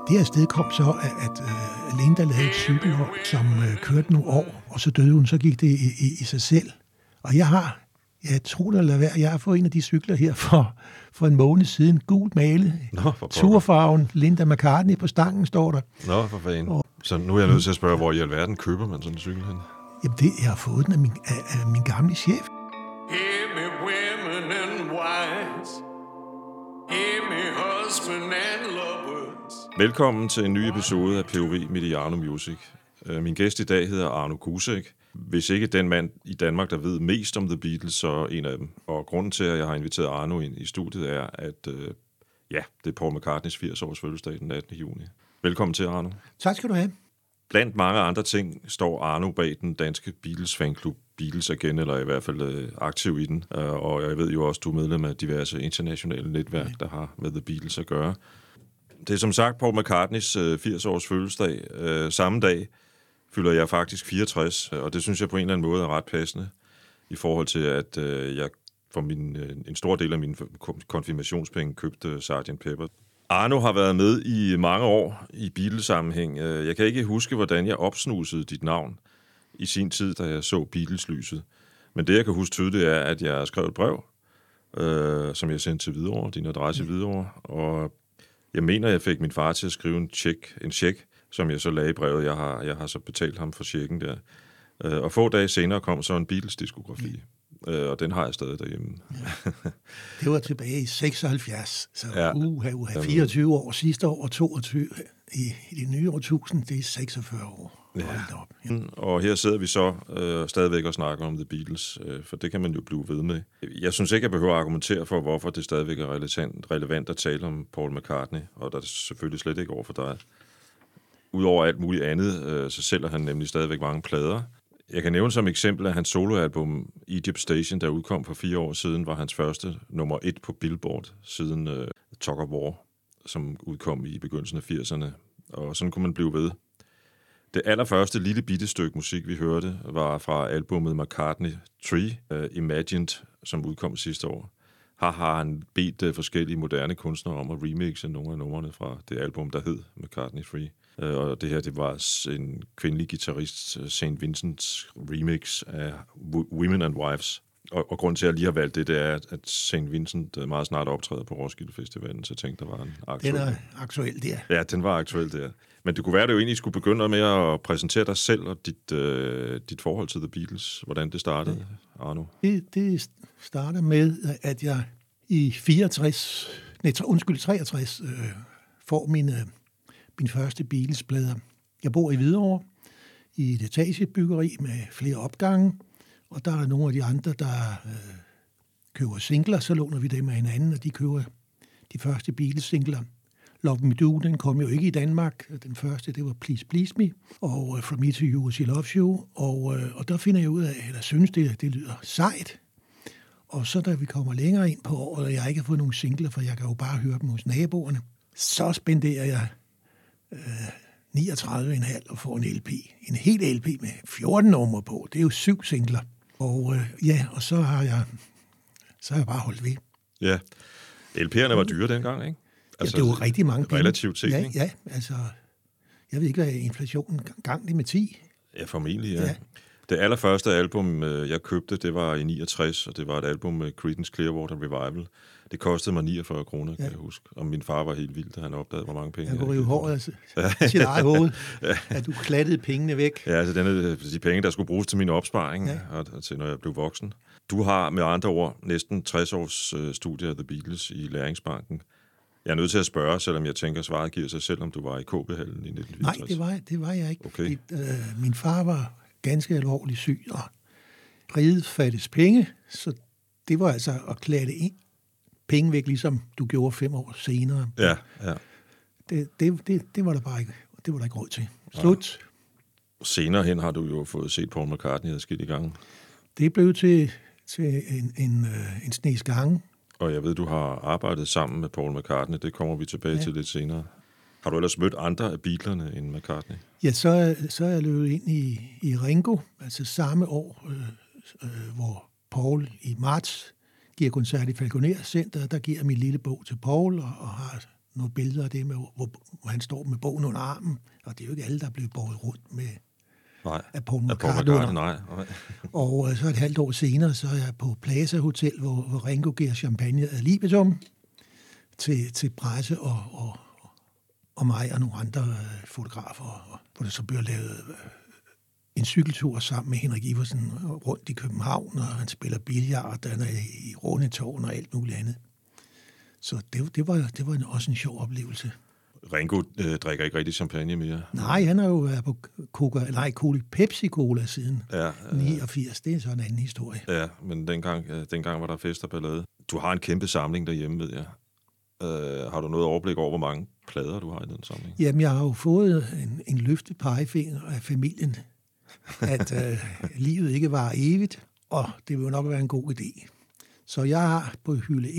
Det afsted kom så, at Linda lavede et cykelhold, som kørte nogle år, og så døde hun, så gik det i sig selv. Og jeg har fået en af de cykler her for en måned siden, gult malet, turfarven, Linda McCartney på stangen står der. Nå, for fanden. Så nu er jeg nødt til at spørge, hvor i alverden køber man sådan en cykel hen? Jamen, jeg har fået den af min gamle chef. Hear me, women and wives. Hear me, husband and lovers. Velkommen til en ny episode af POV midt i Arno Music. Min gæst i dag hedder Arno Gusek. Hvis ikke den mand i Danmark, der ved mest om The Beatles, så en af dem. Og grunden til, at jeg har inviteret Arno ind i studiet, er, at det er Paul McCartneys 80-års fødselsdag den 18. juni. Velkommen til, Arno. Tak skal du have. Blandt mange andre ting står Arno bag den danske Beatles-fanklub Beatles Again, eller i hvert fald aktiv i den. Og jeg ved jo også, du er medlem af diverse internationale netværk, der har med The Beatles at gøre. Det er som sagt Paul McCartneys 80-års fødselsdag. Samme dag fylder jeg faktisk 64, og det synes jeg på en eller anden måde er ret passende, i forhold til, at jeg for en stor del af mine konfirmationspenge købte Sgt. Pepper. Arno har været med i mange år i Beatles-sammenhæng. Jeg kan ikke huske, hvordan jeg opsnusede dit navn i sin tid, da jeg så Beatles-lyset. Men det, jeg kan huske tydeligt, er, at jeg skrev et brev, som jeg sendte til Hvidovre, din adresse i Hvidovre, og jeg mener, jeg fik min far til at skrive en check, som jeg så lagde i brevet. Jeg har så betalt ham for checken der. Og få dage senere kom så en Beatles-diskografi. Og den har jeg stadig derhjemme. Ja. Det var tilbage i 76, så 24 år sidste år, og 22 i det nye årtusind, det er 46 år. Ja. Ja. Og her sidder vi så stadigvæk og snakker om The Beatles, for det kan man jo blive ved med. Jeg synes ikke, jeg behøver at argumentere for, hvorfor det stadigvæk er relevant at tale om Paul McCartney, og der er selvfølgelig slet ikke over for dig. Udover alt muligt andet, så sælger han nemlig stadigvæk mange plader. Jeg kan nævne som eksempel, at hans soloalbum Egypt Station, der udkom for 4 år siden, var hans første nummer 1 på Billboard siden Tug of War, som udkom i begyndelsen af 80'erne. Og sådan kunne man blive ved. Det allerførste lille bitte stykke musik, vi hørte, var fra albumet McCartney 3, Imagined, som udkom sidste år. Her har han bedt forskellige moderne kunstnere om at remixe nogle af numrene fra det album, der hed McCartney 3. Og det her, det var en kvindelig guitarist, St. Vincents remix af Women and Wives. Og grunden til, at jeg lige har valgt det, det er, at St. Vincent meget snart optræder på Roskilde Festivalen, så jeg tænkte, der var en aktuel. Den er aktuel der. Ja, den var aktuel der. Men det kunne være, at du egentlig skulle begynde med at præsentere dig selv og dit forhold til The Beatles. Hvordan det startede, Arno? Det starter med, at jeg i 63 får min første Beatles-plader. Jeg bor i Hvidovre i et etagebyggeri med flere opgange, og der er nogle af de andre, der køber singler, så låner vi dem af hinanden, og de køber de første Beatles-singler. Love Me Do, den kom jo ikke i Danmark. Den første, det var Please Please Me, og From Me to You, She Loves You, og der finder jeg ud af, eller synes det lyder sejt. Og så da vi kommer længere ind på året, og jeg ikke har fået nogle singler, for jeg kan jo bare høre dem hos naboerne, så spenderer jeg 39,5 og får en LP. En hel LP med 14 numre på. Det er jo 7 singler. Og og så har jeg bare holdt ved. Ja, LP'erne var dyre dengang, ikke? Altså, det var rigtig mange penge. Relativt set, ikke? Ja, altså, jeg ved ikke, hvad inflationen gang det med 10. Ja, formentlig, ja. Det allerførste album, jeg købte, det var i 69, og det var et album med Creedence Clearwater Revival. Det kostede mig 49 kroner, kan jeg huske. Og min far var helt vild, da han opdagede, hvor mange penge jeg kunne rive håret af sit eget hoved, at du klattede pengene væk. Ja, altså de penge, der skulle bruges til min opsparing, og til når jeg blev voksen. Du har med andre ord næsten 60 års studie af The Beatles i Læringsbanken. Jeg er nødt til at spørge, selvom jeg tænker, svaret giver sig selv, om du var i KB-hallen i 1964. Nej, det var jeg ikke. Okay. Min far var ganske alvorligt syg, og riget fattes penge, så det var altså at klatte penge væk, ligesom du gjorde 5 år senere. Ja. Det var der bare ikke, det var der ikke råd til. Slut. Ja. Senere hen har du jo fået set Paul McCartney adskillige gange. Det blev til en snes gange. Og jeg ved, du har arbejdet sammen med Paul McCartney. Det kommer vi tilbage til lidt senere. Har du ellers mødt andre af Beatlerne end McCartney? Ja, så er jeg løbet ind i Ringo, altså samme år, hvor Paul i marts giver koncert i Falconer Center. Der giver min lille bog til Paul og har nogle billeder af det, med, hvor han står med bogen under armen, og det er jo ikke alle, der er blevet båret rundt med af Paul McCartney. Nej. Og så et halvt år senere, så er jeg på Plaza Hotel, hvor Ringo giver champagne ad libitum til presse og mig og nogle andre fotografer, hvor det så bliver lavet en cykeltur sammen med Henrik Iversen rundt i København, og han spiller billard, han er i Rundetårn og alt muligt andet. Så det var også en sjov oplevelse. Ringo drikker ikke rigtig champagne mere. Nej, han har jo været på Pepsi-Cola siden 89. Det er så en anden historie. Ja, men dengang var der fest og ballade. Du har en kæmpe samling derhjemme, ved jeg. Har du noget overblik over, hvor mange plader du har i den samling? Jamen, jeg har jo fået en løftet pegefinger af familien, at livet ikke var evigt, og det vil jo nok være en god idé. Så jeg har på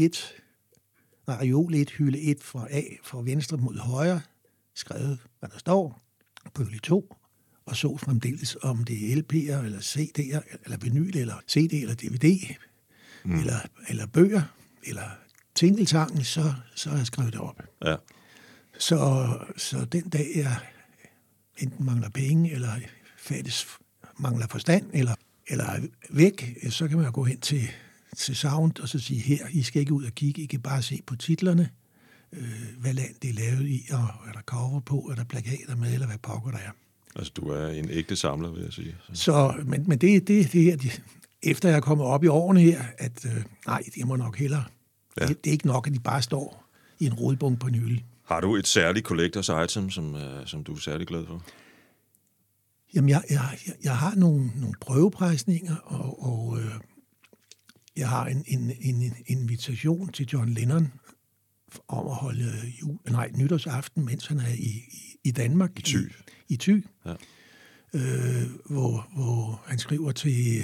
reol 1, hylde 1 fra venstre mod højre, skrevet, hvad der står, på hylde 2, og så fremdeles, om det er LP'er, eller CD'er, eller vinyl, eller CD, eller DVD, eller bøger, eller tingeltangen, så har jeg skrevet det op. Ja. Så den dag, jeg enten mangler penge, eller mangler forstand, eller er væk, så kan man jo gå hen til Sound og så sige, her, I skal ikke ud og kigge, I kan bare se på titlerne, hvad land det er lavet i, og er der cover på, er der plakater med, eller hvad pokker der er. Altså, du er en ægte samler, vil jeg sige. Men det her, efter jeg er kommet op i årene her, at nej, det må nok hellere. Ja. Det er ikke nok, at de bare står i en rodbunke på en hylde. Har du et særligt collectors item, som du er særlig glad for? Jamen, jeg har nogle prøveprejsninger, og jeg har en invitation til John Lennon om at holde nytårsaften, mens han er i Danmark. I Thy. Ja. Hvor han skriver til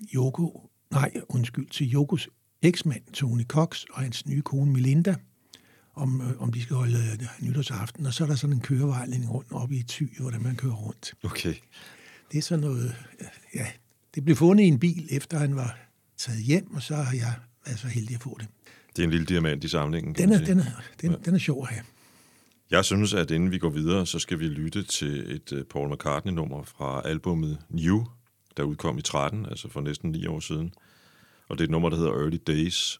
til Yokos eksmand Tony Cox og hans nye kone Melinda, om de skal holde nytårsaften. Og så er der sådan en kørevejledning rundt oppe i Thy, hvordan man kører rundt. Okay. Det er sådan noget, det blev fundet i en bil, efter han var taget hjem, og så har jeg været så heldig at få det. Det er en lille diamant i samlingen. Den er sjov at have. Jeg synes, at inden vi går videre, så skal vi lytte til et Paul McCartney-nummer fra albumet New, der udkom i 13, altså for næsten 9 år siden. Og det er et nummer, der hedder Early Days.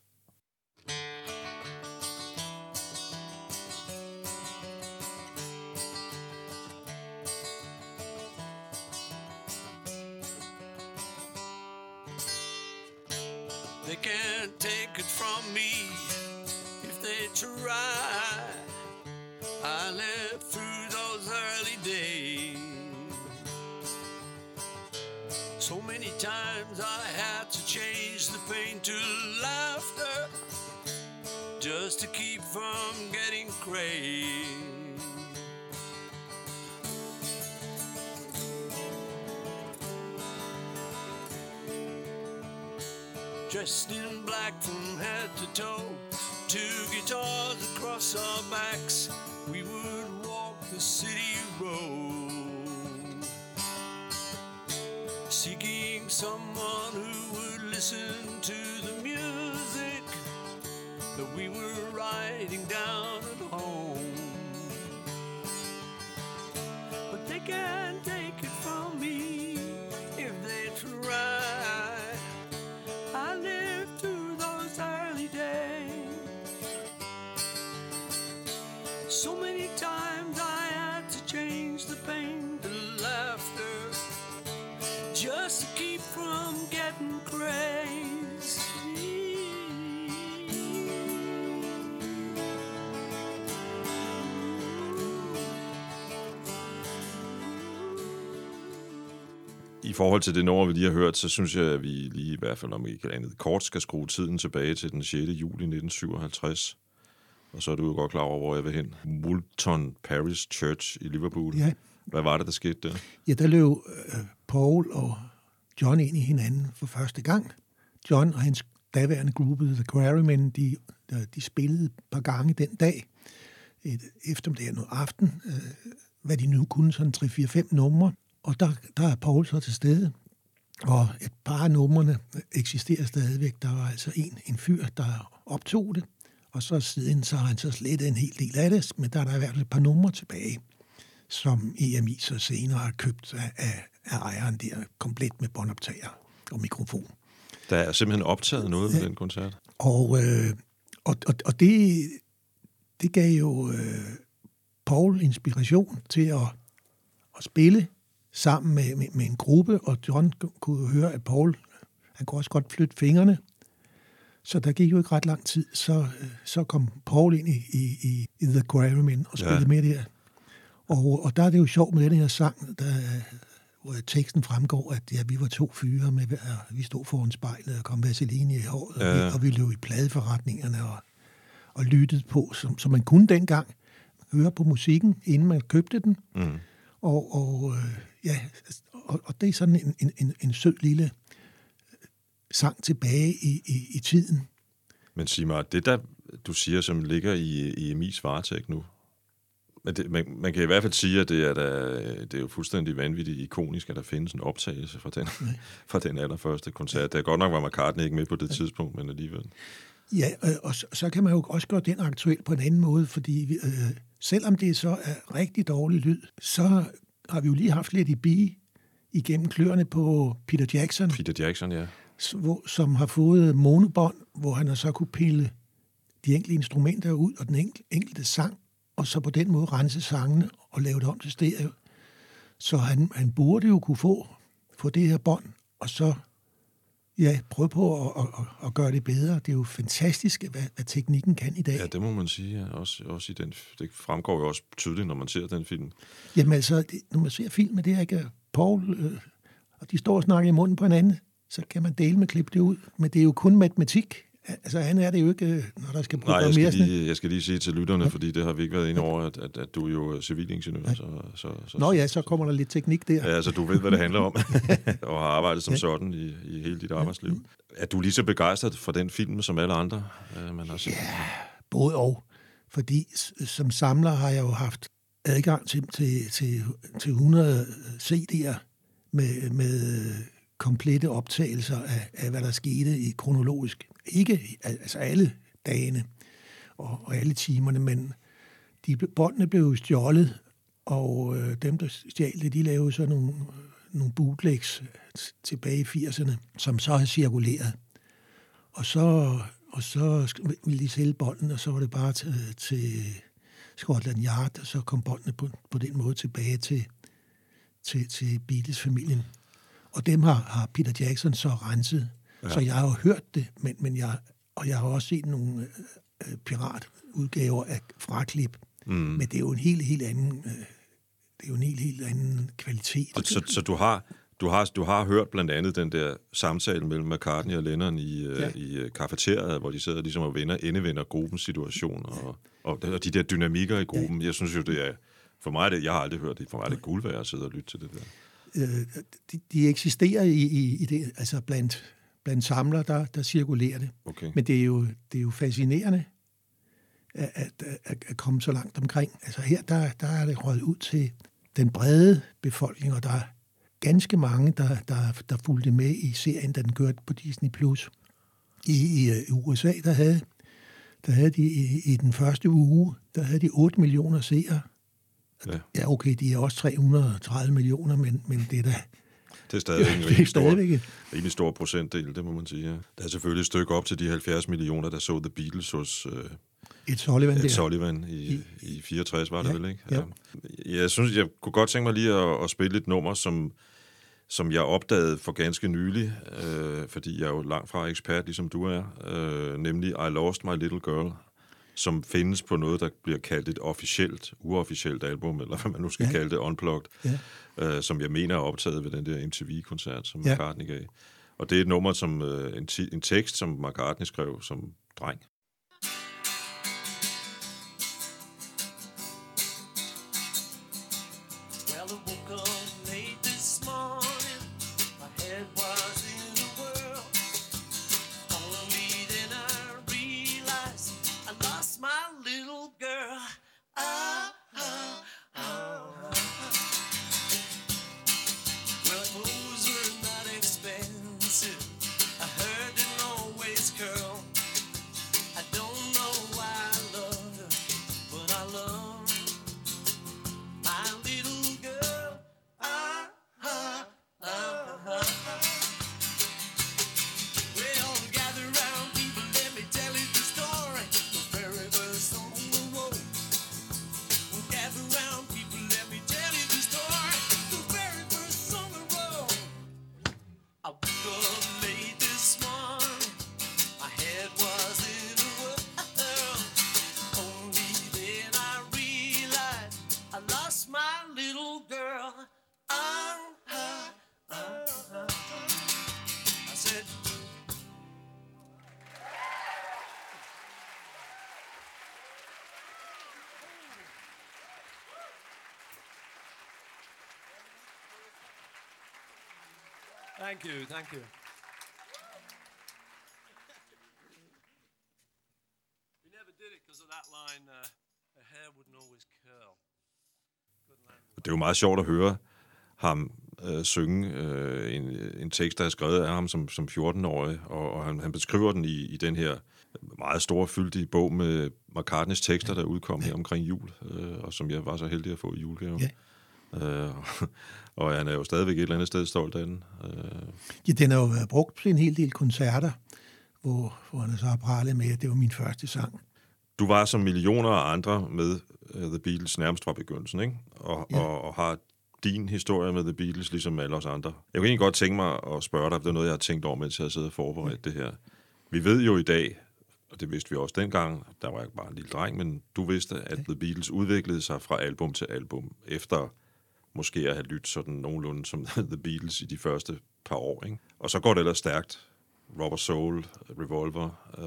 They can't take it from me if they try. I lived through those early days. So many times I had to change the pain to laughter just to keep from getting crazy. Dressed in black from head to toe, 2 guitars across our backs, we would walk the city road, seeking someone who would listen to the music that we were writing down at home. But they can't take it from me if they try. I lived through those early days. So many times I had to change the pain to laughter just to keep from getting crazy. I forhold til det nummer, vi lige har hørt, så synes jeg, at vi lige i hvert fald, om ikke andet kort, skal skrue tiden tilbage til den 6. juli 1957. Og så er du jo godt klar over, hvor jeg vil hen. Woolton Parish Church i Liverpool. Ja. Hvad var det, der skete der? Ja, der løb Paul og John ind i hinanden for første gang. John og hans daværende gruppe, The Quarrymen, de spillede et par gange den dag, et eftermiddag og aften, hvad de nu kunne, sådan 3-4-5 numre. Og der er Paul så til stede, og et par af numrene eksisterer stadigvæk. Der var altså en fyr, der optog det, Og så siden, så har han så slettet en hel del af det, men der er der i hvert fald et par numre tilbage, som EMI så senere har købt af ejeren der, komplet med båndoptager og mikrofon. Der er simpelthen optaget noget ved den koncert. Og det gav jo Paul inspiration til at spille sammen med en gruppe, og John kunne jo høre, at Paul, han kunne også godt flytte fingrene. Så der gik jo ikke ret lang tid, så kom Paul ind i The Quarrymen og spillede med der. Og der er det jo sjovt med den her sang, hvor teksten fremgår, at vi var 2 fyre, med vi stod foran spejlet og kom vaseline i håret, og vi løb i pladeforretningerne og lyttede på, som man kunne dengang høre på musikken, inden man købte den. Mm. Og det er sådan en sød lille sang tilbage i tiden. Men sig mig, det der, du siger, som ligger i Emis varetægt nu, man kan i hvert fald sige, at det er jo fuldstændig vanvittigt ikonisk, at der findes en optagelse fra den allerførste koncert. Det er godt nok, var McCartney ikke med på det tidspunkt, men alligevel. Ja, og så kan man jo også gøre den aktuel på en anden måde, fordi selvom det så er rigtig dårlig lyd, så har vi jo lige haft lidt igennem kløerne på Peter Jackson. Peter Jackson, ja. Som har fået monobånd, hvor han har så kunne pille de enkelte instrumenter ud, og den enkelte sang, og så på den måde rense sangene og lave det om til stereo. Så han burde jo kunne få det her bånd, og så prøve på at gøre det bedre. Det er jo fantastisk, hvad teknikken kan i dag. Ja, det må man sige. Ja. Også i den, det fremgår jo også tydeligt, når man ser den film. Jamen altså, når man ser filmen, det er ikke Paul, og de står og snakker i munden på hinanden, så kan man dele med klippe det ud. Men det er jo kun matematik. Altså, han er det jo ikke, når der skal programmeres. Nej, jeg skal lige sige til lytterne, fordi det har vi ikke været inde over, at du er jo civilingeniør. Ja. Så kommer der lidt teknik der. Ja, så du ved, hvad det handler om, og har arbejdet som sådan i hele dit arbejdsliv. Er du lige så begejstret for den film, som alle andre, man har set? Ja, både og. Fordi som samler har jeg jo haft adgang til 100 CD'er med komplette optagelser af, hvad der skete i kronologisk. Ikke altså alle dagene og alle timerne, men båndene blev jo stjålet, og dem, der stjal det, de lavede så nogle bootlegs tilbage i 80'erne, som så har cirkuleret. Og så ville de sælge båndene, og så var det bare til Scotland Yard, og så kom båndene på den måde tilbage til Beatles-familien. Og dem har Peter Jackson så renset. Ja. Så jeg har jo hørt det, men jeg har også set nogle piratudgaver af fraklip. Mm. Men det er jo en helt anden kvalitet. Så du har hørt blandt andet den der samtale mellem McCartney og Lennon i kafeteriet, hvor de sidder ligesom og endevender gruppens situation og de der dynamikker i gruppen. Ja. Jeg synes jo, det er for mig, jeg har aldrig hørt det. For mig er det guld værd at sidde og lytte til det der. De eksisterer i det, altså blandt samlere, der cirkulerer det. Okay. Men det er jo fascinerende at komme så langt omkring. Altså her, der er det røget ud til den brede befolkning, og der er ganske mange, der fulgte med i serien, da den kørte på Disney+. I USA, der havde de i den første uge, der havde de 8 millioner seere. Ja, okay, de er også 330 millioner, men det er da... Det er stadig en rimelig stor procentdel, det må man sige. Ja. Der er selvfølgelig et stykke op til de 70 millioner, der så The Beatles hos Ed Sullivan i 64, var det vel, ikke? Ja. Jeg synes, jeg kunne godt tænke mig lige at spille et nummer, som jeg opdagede for ganske nylig, fordi jeg er jo langt fra ekspert, ligesom du er, nemlig I Lost My Little Girl, som findes på noget, der bliver kaldt et uofficielt album, eller hvad man nu skal kalde det, Unplugged, som jeg mener er optaget ved den der MTV-koncert, som McCartney gav. Og det er et nummer, som en tekst, som McCartney skrev som dreng. I heard it always curl. I don't know why. Thank you, thank you. We never did it because of that line, her hair wouldn't always curl. Det er jo meget sjovt at høre ham synge en tekst, der er skrevet af ham som 14-årig, og han beskriver den i den her meget store, fyldige bog med McCartneys tekster, der udkom her omkring jul, og som jeg var så heldig at få i julegave. Ja. Og han er jo stadigvæk et eller andet sted stolt af den. Ja, den har jo været brugt til en hel del koncerter, hvor han så har pralet med, at det var min første sang. Du var som millioner af andre med The Beatles nærmest fra begyndelsen, ikke? Og har din historie med The Beatles, ligesom alle os andre. Jeg kunne egentlig godt tænke mig at spørge dig, det er noget, jeg har tænkt over, mens jeg har siddet og forberedt det her. Vi ved jo i dag, og det vidste vi også dengang, der var jeg bare en lille dreng, men du vidste, at The Beatles udviklede sig fra album til album, efter måske at have lyttet sådan nogenlunde som The Beatles i de første par år, ikke? Og så går det ellers stærkt. Rubber Soul, Revolver,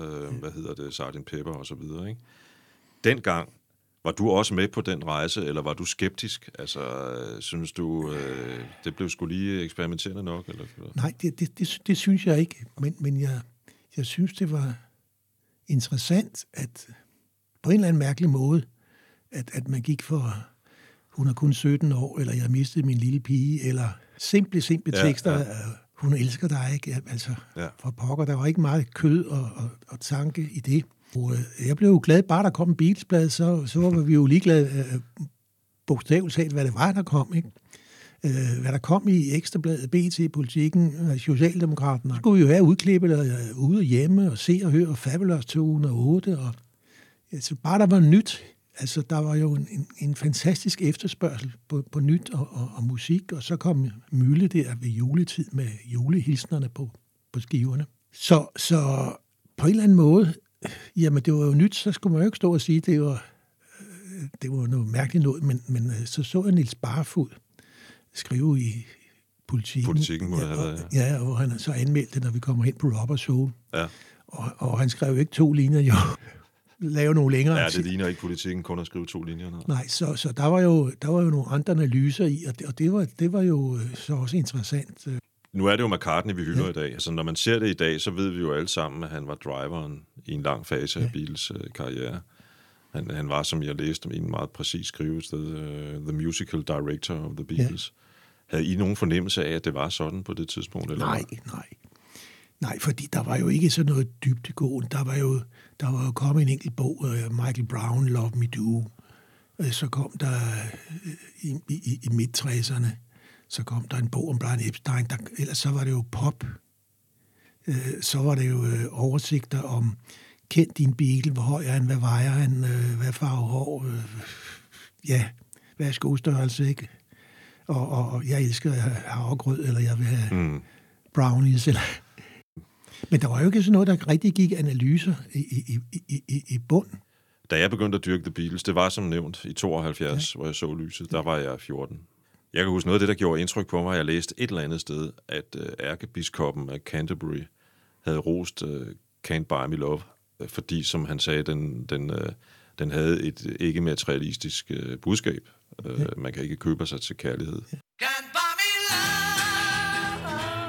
Sgt. Pepper og så videre, ikke? Dengang, var du også med på den rejse, eller var du skeptisk? Altså, synes du, det blev sgu lige eksperimenterende nok? Eller? Nej, det synes jeg ikke, men jeg synes, det var interessant, at på en eller anden mærkelig måde, at man gik for, hun er kun 17 år, eller jeg mistede min lille pige, eller simple tekster, hun elsker dig, ikke? Altså, for pokker, der var ikke meget kød og tanke i det. Og jeg blev jo glad, bare der kom en Beatles-blad, så var vi jo ligeglade, bogstaveligt talt, hvad det var, der kom, ikke? Hvad der kom i Ekstrabladet, BT, Politikken, Socialdemokraten. Så skulle vi jo have udklippet ude hjemme og se og høre Fabulous 208. Og, altså, bare der var nyt. Altså, der var jo en fantastisk efterspørgsel på nyt og musik, og så kom Mølle der ved juletid med julehilsnerne på skiverne. Så på en eller anden måde, jamen det var jo nyt, så skulle man jo ikke stå og sige, det var noget mærkeligt noget, men så jeg Niels Barfod skrive i Politikken må jeg have, ja, hvor han så anmeldte, når vi kommer hen på Rubber Soul. Ja. Og han skrev ikke 2 linjer, jo. Lave nogle længere. Ja, det ligner ikke Politikken kun at skrive 2 linjer. Nej, så der var jo nogle andre analyser i, og det var jo så også interessant. Nu er det jo McCartney, vi hylder i dag. Altså, når man ser det i dag, så ved vi jo alle sammen, at han var driveren i en lang fase af Beatles karriere. Han var, som jeg læste, i en meget præcis skrivested, the musical director of the Beatles. Ja. Havde I nogen fornemmelse af, at det var sådan på det tidspunkt? Eller? Nej, fordi der var jo ikke sådan noget dybdegående. Der var jo kommet en enkelt bog, Michael Brown, Love Me Do. Så kom der i midt-60'erne, så kom der en bog om Brian Epstein. Ellers så var det jo pop. Så var det jo oversigter om, kend din Beatle, hvor høj er han, hvad vejer han, hvad farve hår, hvad er skostørrelse, ikke? Og jeg elsker havregrød, eller jeg vil have brownies, eller... Men der var jo ikke sådan noget, der rigtig gik analyser i bund. Da jeg begyndte at dyrke The Beatles, det var som nævnt i 72, hvor jeg så lyset, der var jeg 14. Jeg kan huske noget af det, der gjorde indtryk på mig, at jeg læste et eller andet sted, at ærkebiskoppen af Canterbury havde rost Can't Buy Me Love, fordi, som han sagde, den havde et ikke-materialistisk budskab. Man kan ikke købe sig til kærlighed. Can't buy me love,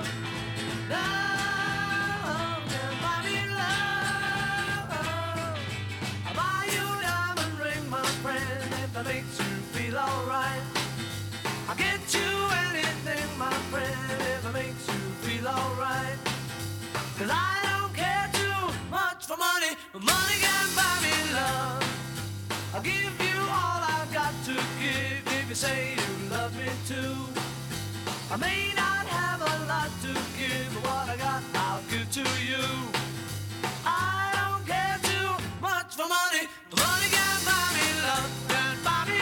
can't buy me love. I'll buy you a diamond ring, my friend, if that makes you feel alright. I'll get you anything, my friend, if it makes you feel alright. 'Cause I don't care too much for money, but money can't buy me love. I'll give you all I've got to give if you say you love me too. I may not have a lot to give, but what I got I'll give to you. I don't care too much for money, but money can't buy me love, can't buy me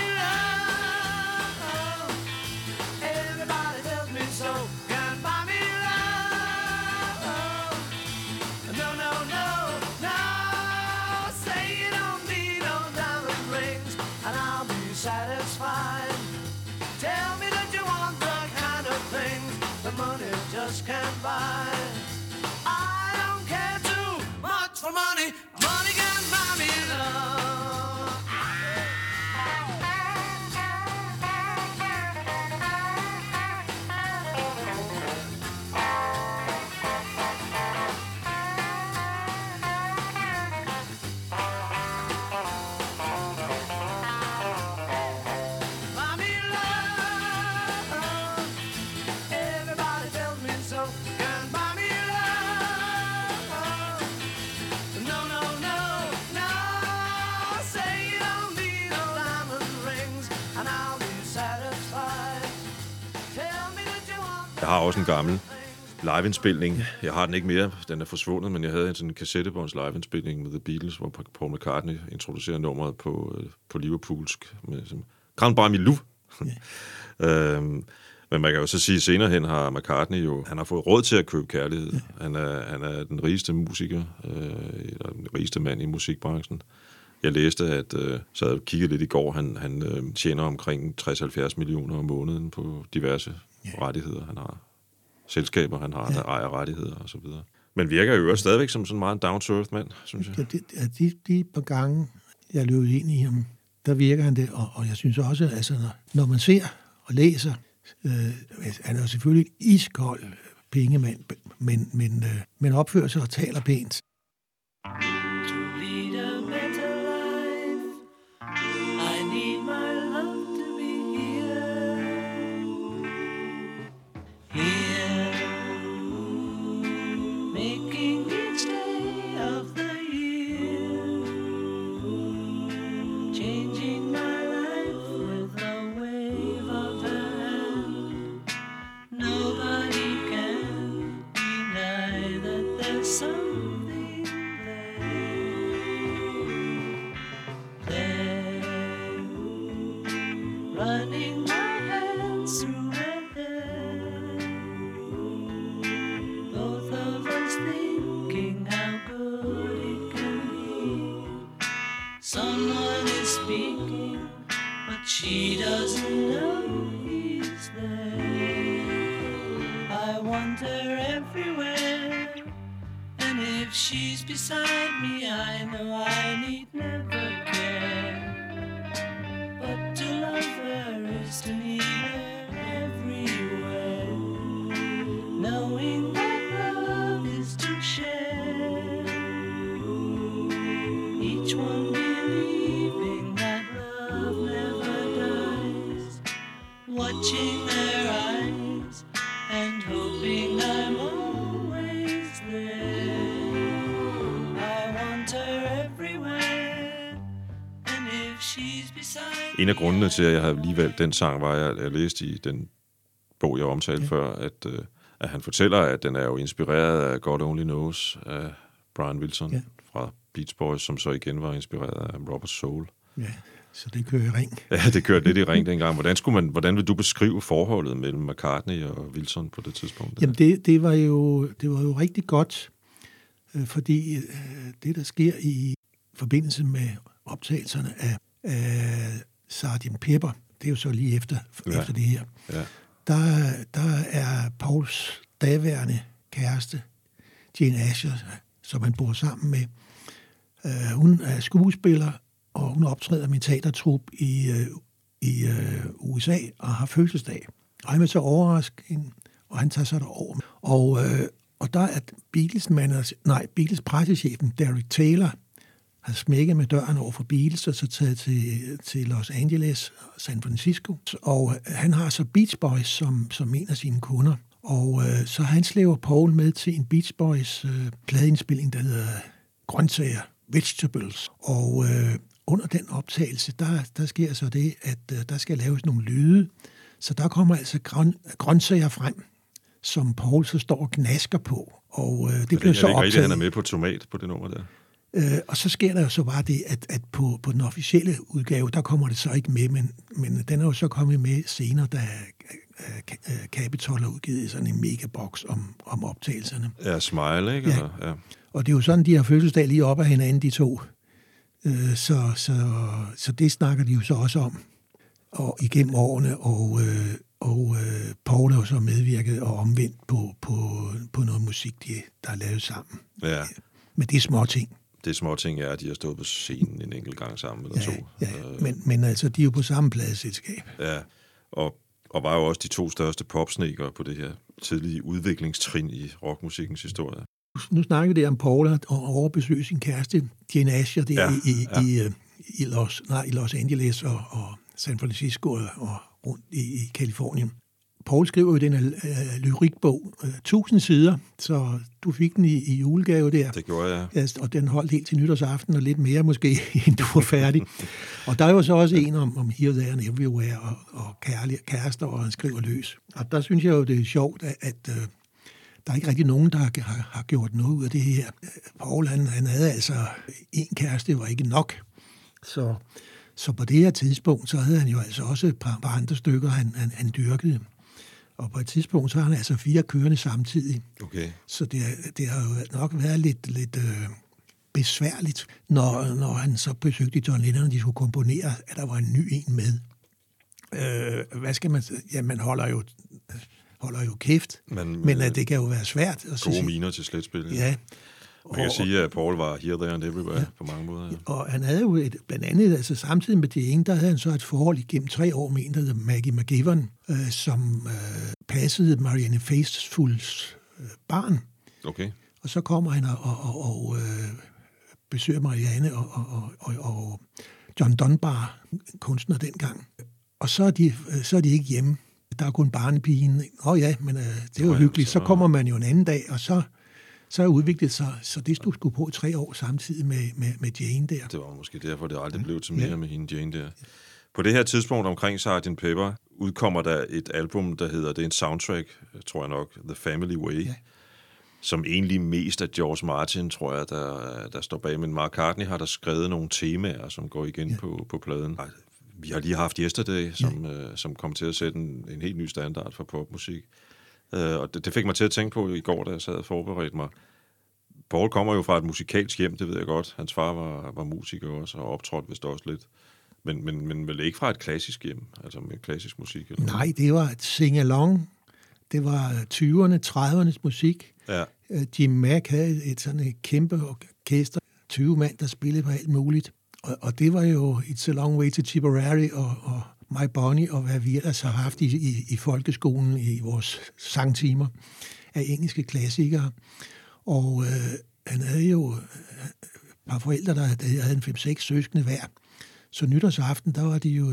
love. Everybody tells me so, can't buy me love. No, no, no, no. Say you don't need no diamond rings, and I'll be satisfied. Tell me that you want the kind of things Jeg har også en gammel liveindspilning. Jeg har den ikke mere, den er forsvundet, men jeg havde sådan en kassettebånds liveindspilning med The Beatles, hvor Paul McCartney introducerer nummeret på liverpoolsk med Grand Bar Milou. Yeah. Men man kan jo så sige, senere hen har McCartney jo, han har fået råd til at købe kærlighed. Yeah. Han er den rigeste musiker, eller den rigeste mand i musikbranchen. Jeg læste, at så havde jeg kigget lidt i går, han tjener omkring 60-70 millioner om måneden på diverse rettigheder, han har. Selskaber, han har, der ejer rettigheder og så videre. Men virker jo stadigvæk som sådan meget en down-to-earth mand, synes jeg. De par gange, jeg løb ind i ham, der virker han det, og jeg synes også, altså, når man ser og læser, han er jo selvfølgelig iskold pengemand, men opfører sig og taler pænt. Someone is speaking, but she doesn't know he's there. I wander everywhere, and if she's beside me, I know I need never care. But to love her is to need her everywhere, knowing that love is to share. Each one believing that love never dies, watching their eyes and hoping I'm always there. I want her everywhere, and if she's beside me. En af grundene til, at jeg havde lige valgt den sang, var, at jeg læste i den bog, jeg omtalte før, at han fortæller, at den er jo inspireret af God Only Knows af Brian Wilson fra Beach Boys, som så igen var inspireret af Robert Soul. Ja, så det kører i ring. Ja, det kørte lidt i ring dengang. Hvordan vil du beskrive forholdet mellem McCartney og Wilson på det tidspunkt? Jamen, det var jo rigtig godt, fordi det, der sker i forbindelse med optagelserne af Sgt. Pepper, det er jo så lige efter det her, der er Pauls daværende kæreste, Jane Asher, som han bor sammen med. Hun er skuespiller, og hun optræder med en teatertrup i USA og har fødselsdag. Og han vil så overraske hende, og han tager sig derover. Og der er Beatles pressechefen, Derek Taylor, har smækket med døren over for Beatles, og så taget til Los Angeles og San Francisco. Og han har så Beach Boys som en af sine kunder. Og så han slæver Paul med til en Beach Boys pladeindspilning, der hedder Grøntsager, Vegetables. Og under den optagelse, der sker så det, at der skal laves nogle lyde. Så der kommer altså grøntsager frem, som Paul så står og gnasker på. Og det bliver så optaget. Rigtigt, han er med på tomat på det nummer der. Og så sker der jo så bare det, at på den officielle udgave, der kommer det så ikke med, men den er jo så kommet med senere, da Capitol har udgivet sådan en megabox om optagelserne. Ja, Smile, ikke? Ja. Og det er jo sådan, de har fødselsdag lige op af hinanden, de to. Så det snakker de jo så også om og igennem årene, og Paul har jo så medvirket og omvendt på noget musik, der er lavet sammen. Ja. Men det er små ting. Det er små ting, ja, de har stået på scenen en enkelt gang sammen eller to. Ja. Men altså, de er jo på samme pladeselskab. Ja, og var jo også de to største popsnekere på det her tidlige udviklingstrin i rockmusikkens historie. Nu snakker vi der om Paul og overbesøge sin kæreste, Jane Asher, i Los Angeles og San Francisco og rundt i Californien. Paul skriver jo den her lyrikbog, 1000 sider, så du fik den i julegave der. Det gjorde jeg. Ja, og den holdt helt til nytårsaften, og lidt mere måske, end du var færdig. Og der er jo så også en om Here, There and Everywhere, og kærester, og han skriver løs. Og der synes jeg jo, det er sjovt, at der er ikke rigtig nogen, der har gjort noget ud af det her. Paul, han havde altså en kæreste, var ikke nok. Så på det her tidspunkt, så havde han jo altså også et par andre stykker, han dyrkede. Og på et tidspunkt, så har han altså 4 kørende samtidig. Okay. Så det har jo nok været lidt besværligt, når han så besøgte John Lennon, og de skulle komponere, at der var en ny en med. Hvad skal man sige? Ja, man holder jo kæft, men det kan jo være svært. Gode miner til sletspil. Ja. Man kan sige, at Paul var here, there and everywhere på mange måder. Ja. Og han havde jo blandt andet, altså samtidig med Jane, der havde han så et forhold igennem 3 år med en, der hedder Maggie McGivern, som passede Marianne Faithfulls barn. Okay. Og så kommer han og besøger Marianne og John Dunbar, kunstner dengang. Og så er de ikke hjemme. Der er kun barnepigen. Ja, men det er jo hyggeligt. Så kommer man jo en anden dag, og så udviklede sig, så det stod sgu på 3 år samtidig med Jane der. Det var måske derfor, det aldrig blev til mere med hende Jane der. På det her tidspunkt omkring Sgt. Pepper udkommer der et album, der hedder, det er en soundtrack, tror jeg nok, The Family Way, som egentlig mest af George Martin, tror jeg, der står bag. Men Mark Cartney har der skrevet nogle temaer, som går igen på pladen. Vi har lige haft Yesterday, som kom til at sætte en helt ny standard for popmusik. Og det fik mig til at tænke på i går, da jeg sad og forberedte mig. Paul kommer jo fra et musikalsk hjem, det ved jeg godt. Hans far var musiker også, og optrådte vist også lidt. Men vel ikke fra et klassisk hjem, altså med klassisk musik? Eller nej, det var et sing-along. Det var 20'erne, 30'ernes musik. Ja. Jim Mack havde et kæmpe orkester, 20 mand, der spillede på alt muligt. Og det var jo It's a Long Way to Tipperary og My Bonnie, og hvad vi ellers har haft i folkeskolen i vores sangtimer af engelske klassikere. Og han havde jo et par forældre, der havde en 5-6 søskende hver. Så nytårsaften, der var de jo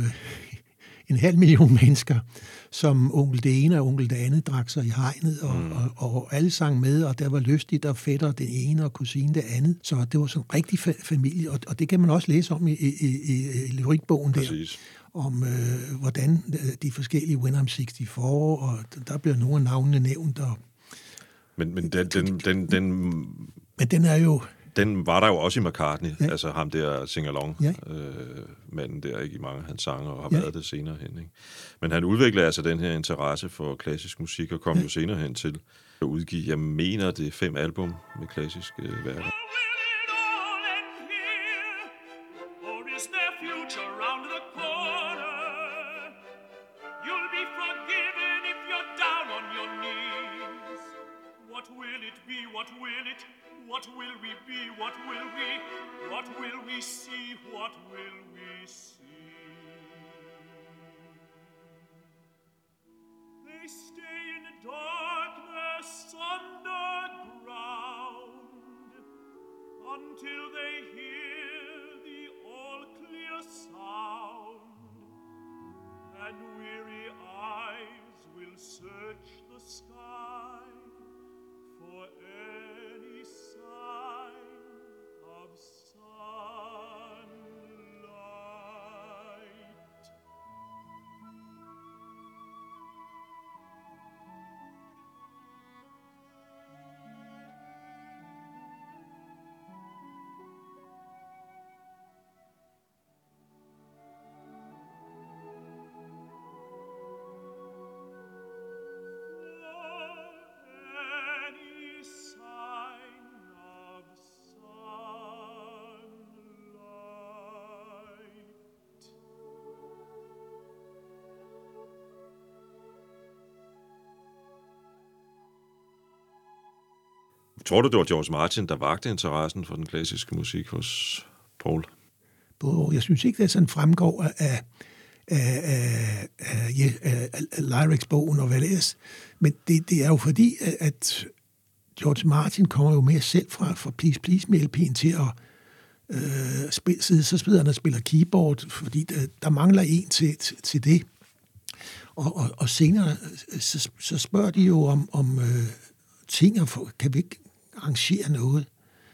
500.000 mennesker, som onkel det ene og onkel det andet drak sig i hegnet, og alle sang med, og der var lystigt, og fætter den ene og kusine det andet. Så det var sådan en rigtig familie, og det kan man også læse om i lyrikbogen der. Præcis. Om hvordan de forskellige When I'm 64, og der bliver nogle af navnene nævnt. Men den er jo... Den var der jo også i McCartney, altså ham der sing-along, manden der, ikke, i mange af hans sange, og har været det senere hen. Ikke? Men han udviklede altså den her interesse for klassisk musik, og kom jo senere hen til at udgive, jeg mener, det er 5 album med klassiske værker. What will we be? What will we? What will we see? What will we see? They stay in darkness underground until they hear the all-clear sound, and weary eyes will search the sky for any sign of sunlight. Tror du, det var George Martin, der vagte interessen for den klassiske musik hos Paul? Jeg synes ikke, det sådan fremgår af Lyrics-bogen og hvad det er. Men det er jo fordi, at George Martin kommer jo mere selv fra Please Please med LP'en til at så spiller han og spiller keyboard, fordi der mangler en til det. Og senere, så spørger de jo om ting, kan vi ikke arrangere noget?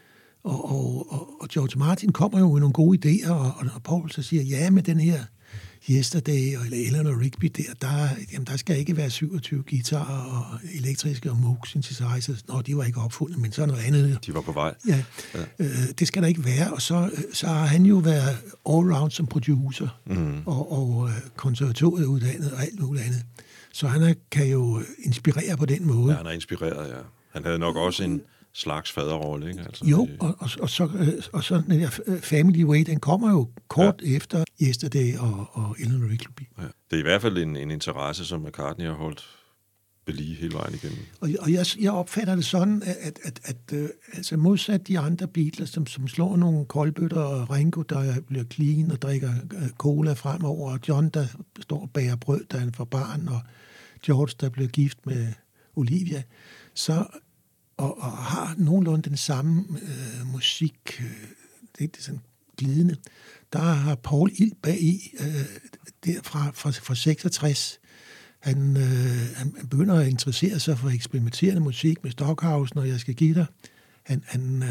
Og George Martin kommer jo med nogle gode idéer, og Paul så siger, ja, med den her Yesterday eller Eleanor Rigby der skal ikke være 27 guitarer og elektriske og Moog synthesizers. Nå, de var ikke opfundet, men så noget andet. De var på vej. Ja, det skal der ikke være. Og så har han jo været all-round som producer og konservatoriet uddannet og alt muligt andet. Så han kan jo inspirere på den måde. Ja, han er inspireret, ja. Han havde nok også en slags faderrolle, ikke? Altså, jo, og så den der Family Way, den kommer jo kort efter Yesterday og Eleanor Rigby. Ja. Det er i hvert fald en interesse, som McCartney har holdt ved lige hele vejen igennem. Og jeg opfatter det sådan, at altså modsat de andre Beatles, som slår nogle koldbøtter, og Ringo, der bliver clean og drikker cola fremover, og John, der står og bager brød, da han får barn, og George, der bliver gift med Olivia, så og har nogenlunde den samme musik, det er sådan glidende. Der har Paul ild bag i, der fra 66. Han begynder at interessere sig for eksperimenterende musik med Stockhausen, og jeg skal give dig. Han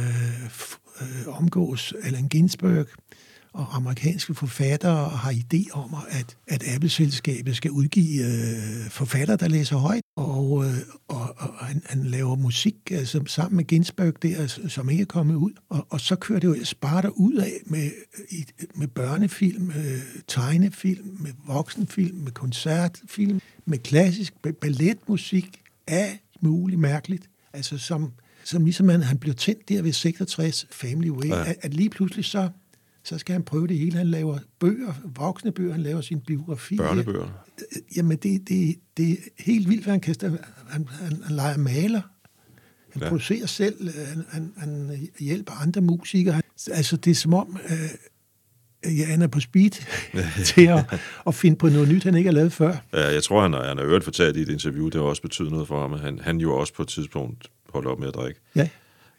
omgås Allen Ginsberg og amerikanske forfattere og har idé om, at Apple-selskabet skal udgive forfattere, der læser højt. Og han laver musik altså, sammen med Ginsberg der, som ikke er kommet ud. Og så kører det jo sparter ud af med børnefilm, tegnefilm, med voksenfilm, med koncertfilm, med klassisk balletmusik, af muligt mærkeligt. Altså som ligesom han blev tændt der ved 66 Family Way, at lige pludselig så skal han prøve det hele. Han laver bøger, voksne bøger, han laver sin biografi. Børnebøger? Jamen, det er helt vildt, hvad han kan. Han leger maler. Han producerer selv. Han hjælper andre musikere. Altså, det er som om, han er på speed til at finde på noget nyt, han ikke har lavet før. Ja, jeg tror, han har øvrigt fortalt i et interview, det har også betydet noget for ham. Han jo også på et tidspunkt holdt op med at drikke. Ja.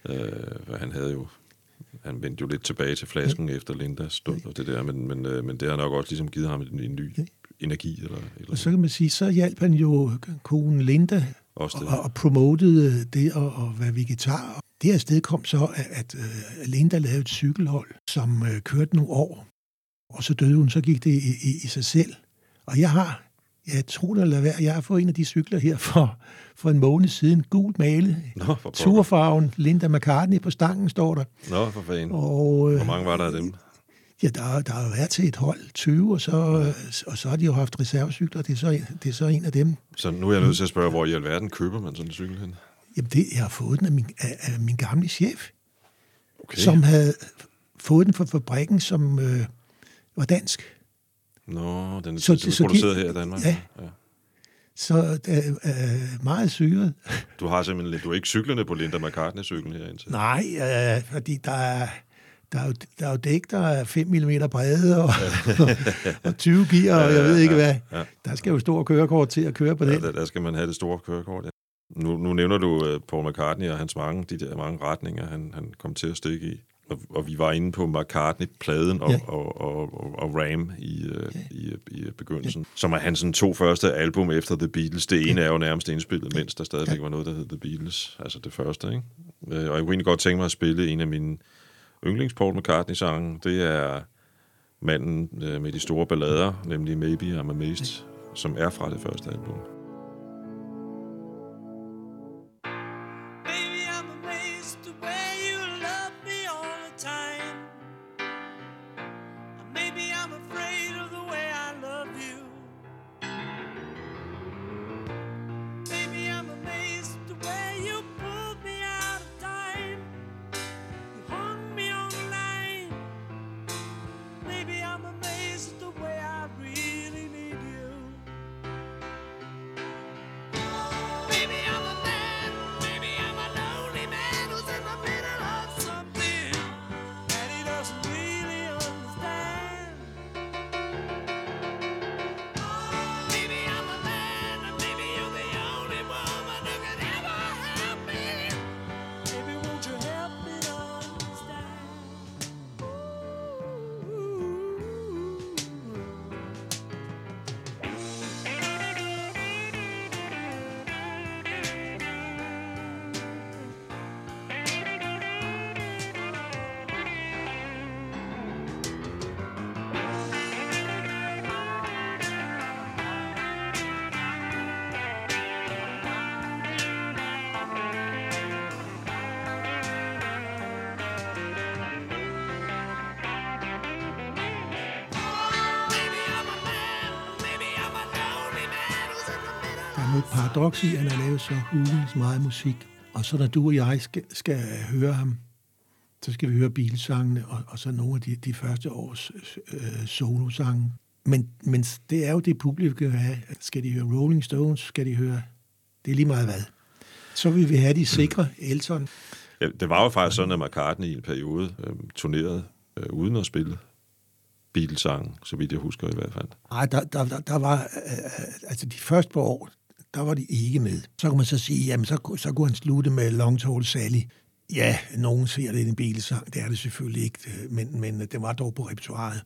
Han vendte jo lidt tilbage til flasken efter Lindas stund og det der, men det har nok også ligesom givet ham en ny energi. Eller og så kan man sige, så hjalp han jo konen Linda og promotede det at være vegetar. Det afsted kom så, at Linda lavede et cykelhold, som kørte nogle år, og så døde hun, så gik det i sig selv. Og jeg tror det eller være, jeg har fået en af de cykler her for en måned siden, gult malet, turfarven, Linda McCartney på stangen står der. Nå, for fanden. Hvor mange var der af dem? Ja, der har været til et hold, 20, og så har de jo haft reservecykler, det er så en af dem. Så nu er jeg nødt til at spørge, hvor i alverden køber man sådan en cykel hen? Jamen, jeg har fået den af min gamle chef, som havde fået den fra fabrikken, som var dansk. Nå, den er produceret her i Danmark. Ja. Så det er meget syret. Du har simpelthen du er ikke cyklerne på Linda McCartney-cyklen her indtil? Nej, fordi der er jo dæk, der er 5 mm brede og 20 gear, og jeg ved ikke hvad. Ja. Der skal jo stor kørekort til at køre på den. Der skal man have det store kørekort, ja. Nu nævner du Paul McCartney og hans mange retninger, han kom til at stikke i. Og vi var inde på McCartney-pladen og Ram i begyndelsen, som er hans 2 første album efter The Beatles. Det ene er jo nærmest indspillet, mens der stadigvæk var noget, der hed The Beatles. Altså det første, ikke? Og jeg kunne egentlig godt tænke mig at spille en af mine yndlings Paul McCartney-sange. Det er manden med de store ballader, nemlig Maybe I'm Amazed, som er fra det første album. noget paradoks i, at han har lavet så hulens meget musik. Og så når du og jeg skal høre ham, så skal vi høre Beatles-sangene, og så nogle af de første års solosange. Men det er jo det, publikum vil have. Skal de høre Rolling Stones? Skal de høre... Det er lige meget hvad. Så vil vi have de sikre Elton. Ja, det var jo faktisk sådan, at McCartney i en periode turnerede uden at spille Beatles-sange, så vidt jeg husker i hvert fald. Nej, der var... altså de første par år, der var de ikke med. Så kan man så sige, jamen så kunne han slutte med Long Tall Sally. Ja, nogen ser det i en Beatles-sang. Det er det selvfølgelig ikke, men det var dog på repertoiret.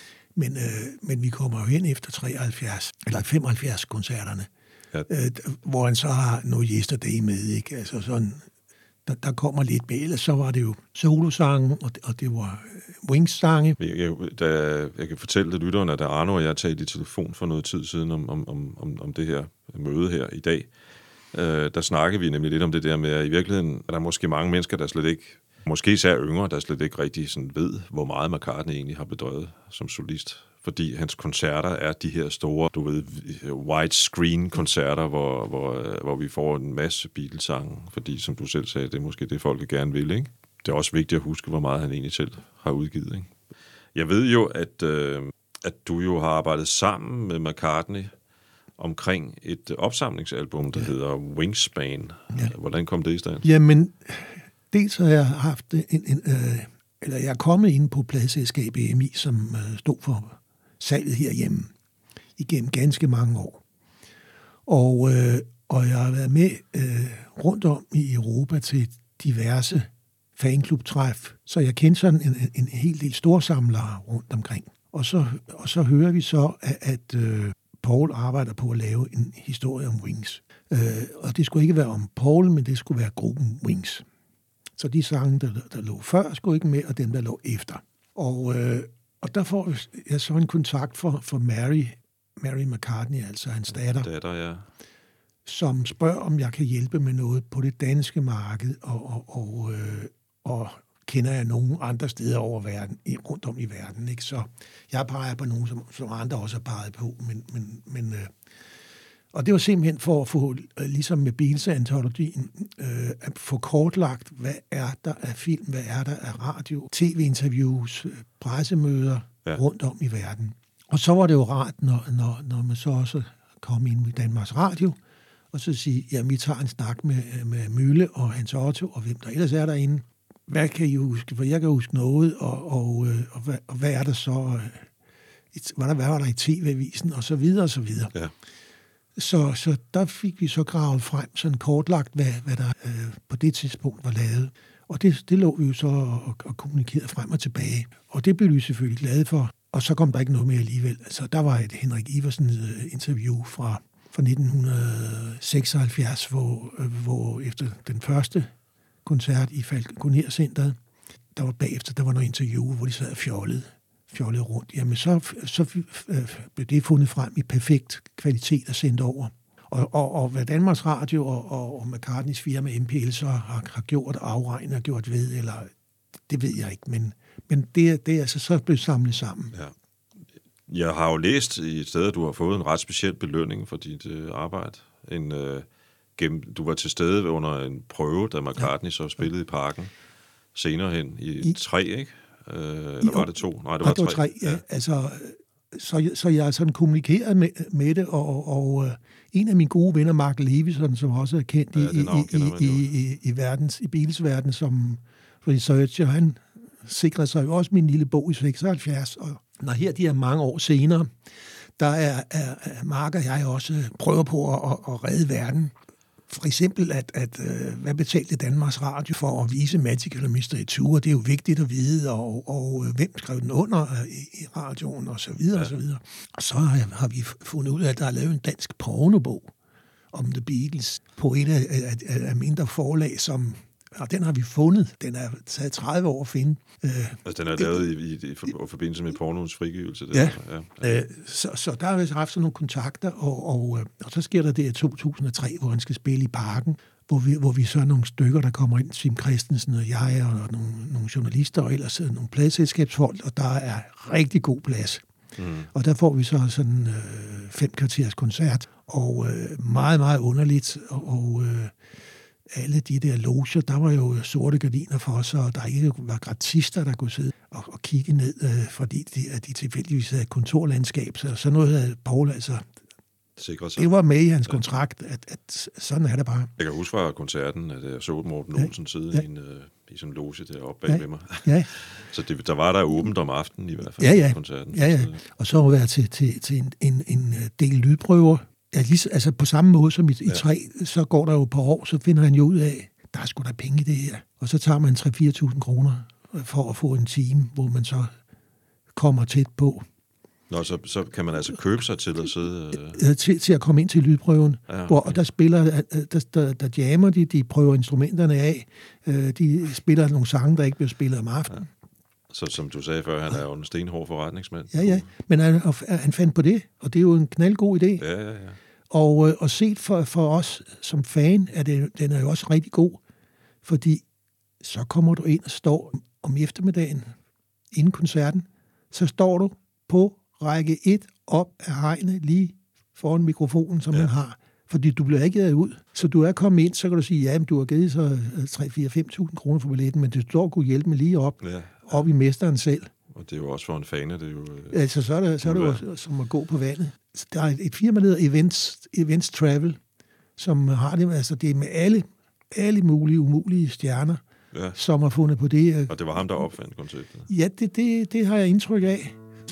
Men vi kommer jo hen efter 75-koncerterne, ja. Hvor han så har noget Yesterday med, ikke? Altså sådan, der kommer lidt med. Ellers så var det jo solosange, og det var Wings-sange. Jeg kan fortælle det lytteren, at da Arno og jeg talte i telefon for noget tid siden om det her møde her i dag, der snakkede vi nemlig lidt om det der med, at i virkeligheden er der måske mange mennesker, der slet ikke, måske især yngre, der slet ikke rigtig sådan ved, hvor meget McCartney egentlig har bedrevet som solist. Fordi hans koncerter er de her store, du ved, widescreen-koncerter, hvor vi får en masse Beatles-sange. Fordi, som du selv sagde, det er måske det, folk gerne vil, ikke? Det er også vigtigt at huske, hvor meget han egentlig selv har udgivet, ikke? Jeg ved jo, at du jo har arbejdet sammen med McCartney omkring et opsamlingsalbum, der hedder Wingspan. Ja. Hvordan kom det i stand? Jamen, dels har jeg haft jeg er kommet ind på pladeselskabet EMI, som stod for salget herhjemme igennem ganske mange år. Og jeg har været med rundt om i Europa til diverse fanklubtræf, så jeg kendte sådan en hel del storsamlere rundt omkring. Og så hører vi så, at Paul arbejder på at lave en historie om Wings. Og det skulle ikke være om Paul, men det skulle være gruppen Wings. Så de sange, der lå før, skulle ikke med, og dem, der lå efter. Og der får jeg så en kontakt for Mary McCartney, altså hans datter, ja. Som spørger, om jeg kan hjælpe med noget på det danske marked, og kender jeg nogen andre steder over verden, rundt om i verden. Ikke? Så jeg peger på nogen, som andre også har peget på, men og det var simpelthen for at få, ligesom med Beatles-antologien, at få kortlagt, hvad er der af film, hvad er der af radio, tv-interviews, pressemøder rundt om i verden. Og så var det jo rart, når man så også kom ind i Danmarks Radio, og så sige, jamen vi tager en snak med Mølle og Hans Otto, og hvem der ellers er derinde. Hvad kan I huske? For jeg kan huske noget, og hvad er der så? Hvad var der i TV-avisen? Og så videre, og så videre. Ja. Så der fik vi så gravet frem, sådan kortlagt, hvad der på det tidspunkt var lavet. Og det lå vi jo så og kommunikerede frem og tilbage. Og det blev vi selvfølgelig glade for. Og så kom der ikke noget mere alligevel. Altså, der var et Henrik Iversen interview fra 1976, hvor efter den første koncert i Falconer-centret, der var noget interview, hvor de sad og fjollede rundt. Jamen, så blev det fundet frem i perfekt kvalitet og sendt over. Og hvad Danmarks Radio og McCartneys firma MPL så har gjort og afregnet og gjort ved, eller det ved jeg ikke, men det er altså så blevet samlet sammen. Ja. Jeg har jo læst i et sted, at du har fået en ret speciel belønning for dit arbejde. Du var til stede under en prøve, da McCartney så spillede i Parken senere hen i 3, ikke? Eller var det 2? Nej, det var 3. Ja. Altså, så jeg sådan kommunikerede med det, og en af mine gode venner, Mark Levison, som også er kendt i Beatles-verdenen som researcher, han sikrede sig jo også min lille bog i 76, og når her de er mange år senere, der er Mark og jeg også prøver på at redde verden. For eksempel, at hvad betalte Danmarks Radio for at vise Magical og Mystery Tour? Det er jo vigtigt at vide, og hvem skrev den under i radioen, og så videre, og så videre. Og så har vi fundet ud af, at der er lavet en dansk pornobog om The Beatles på et af mindre forlag, og den har vi fundet. Den er taget 30 år at finde. Altså, den er lavet i forbindelse med pornoens frigivelse? Ja. Så der har vi haft sådan nogle kontakter, og så sker der det i 2003, hvor han skal spille i Parken, hvor vi så er nogle stykker, der kommer ind, Sim Christensen og jeg, og nogle journalister, og ellers nogle pladeselskabsfolk, og der er rigtig god plads. Og der får vi så sådan 5 kvarters koncert, og meget, meget underligt, og alle de der loger, der var jo sorte gardiner for os, og der ikke var gratister, der kunne sidde og kigge ned, fordi de tilfældigvis havde kontorlandskab, så sådan noget havde Poul altså. Det var med i hans kontrakt, at sådan er det bare. Jeg kan huske fra koncerten, at jeg så Morten Olsen sidde i sådan en loge deroppe bag ved mig. Ja. Så der var der åbent om aftenen i hvert fald koncerten. Ja. Og så var jeg til en del lydprøver. Ja, altså på samme måde som i 3, så går der jo et par år, så finder han jo ud af, der er sgu da penge i det her. Og så tager man 3-4.000 kroner for at få en time, hvor man så kommer tæt på. Nå, så kan man altså købe sig til at sidde... Til at komme ind til lydprøven, og der spiller, der jammer de prøver instrumenterne af, de spiller nogle sange, der ikke bliver spillet om aftenen. Ja. Så som du sagde før, han er jo en stenhård forretningsmand. Ja, men han fandt på det, og det er jo en knaldgod idé. Ja. Og set for os som fan, den er jo også rigtig god, fordi så kommer du ind og står om eftermiddagen, inden koncerten, så står du på række 1 op af hegnet lige foran mikrofonen, som man har. Fordi du bliver ikke givet ud. Så du er kommet ind, så kan du sige, ja, men du har givet så 3-4-5.000 kroner for billetten, men det står kunne hjælpe med lige op i mesteren selv. Og det er jo også for en fan, det er jo... Altså, så er det jo som at gå på vandet. Der er et firma, der hedder Events Travel, som har det, altså det er med alle mulige umulige stjerner, som har fundet på det. Og det var ham, der opfandt konceptet? Ja, det har jeg indtryk af.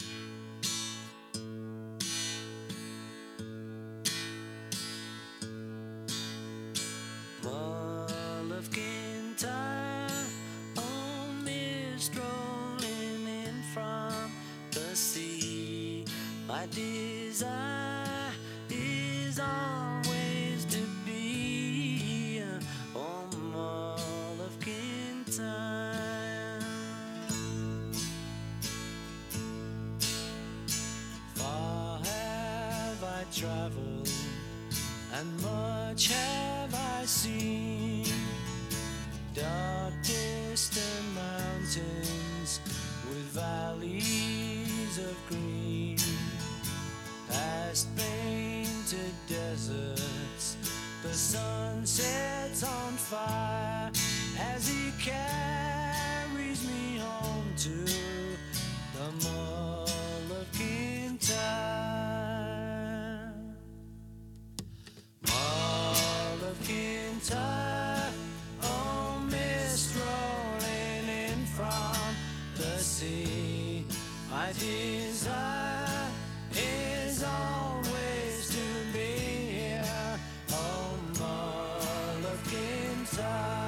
Traveled, and much have I seen. Dark distant mountains with valleys of green, past painted deserts, the sun sets on fire as he carries me home to the Mull of Kintyre. Oh, mist rolling in from the sea. My desire is always to be here. Oh, Mull of Kintyre.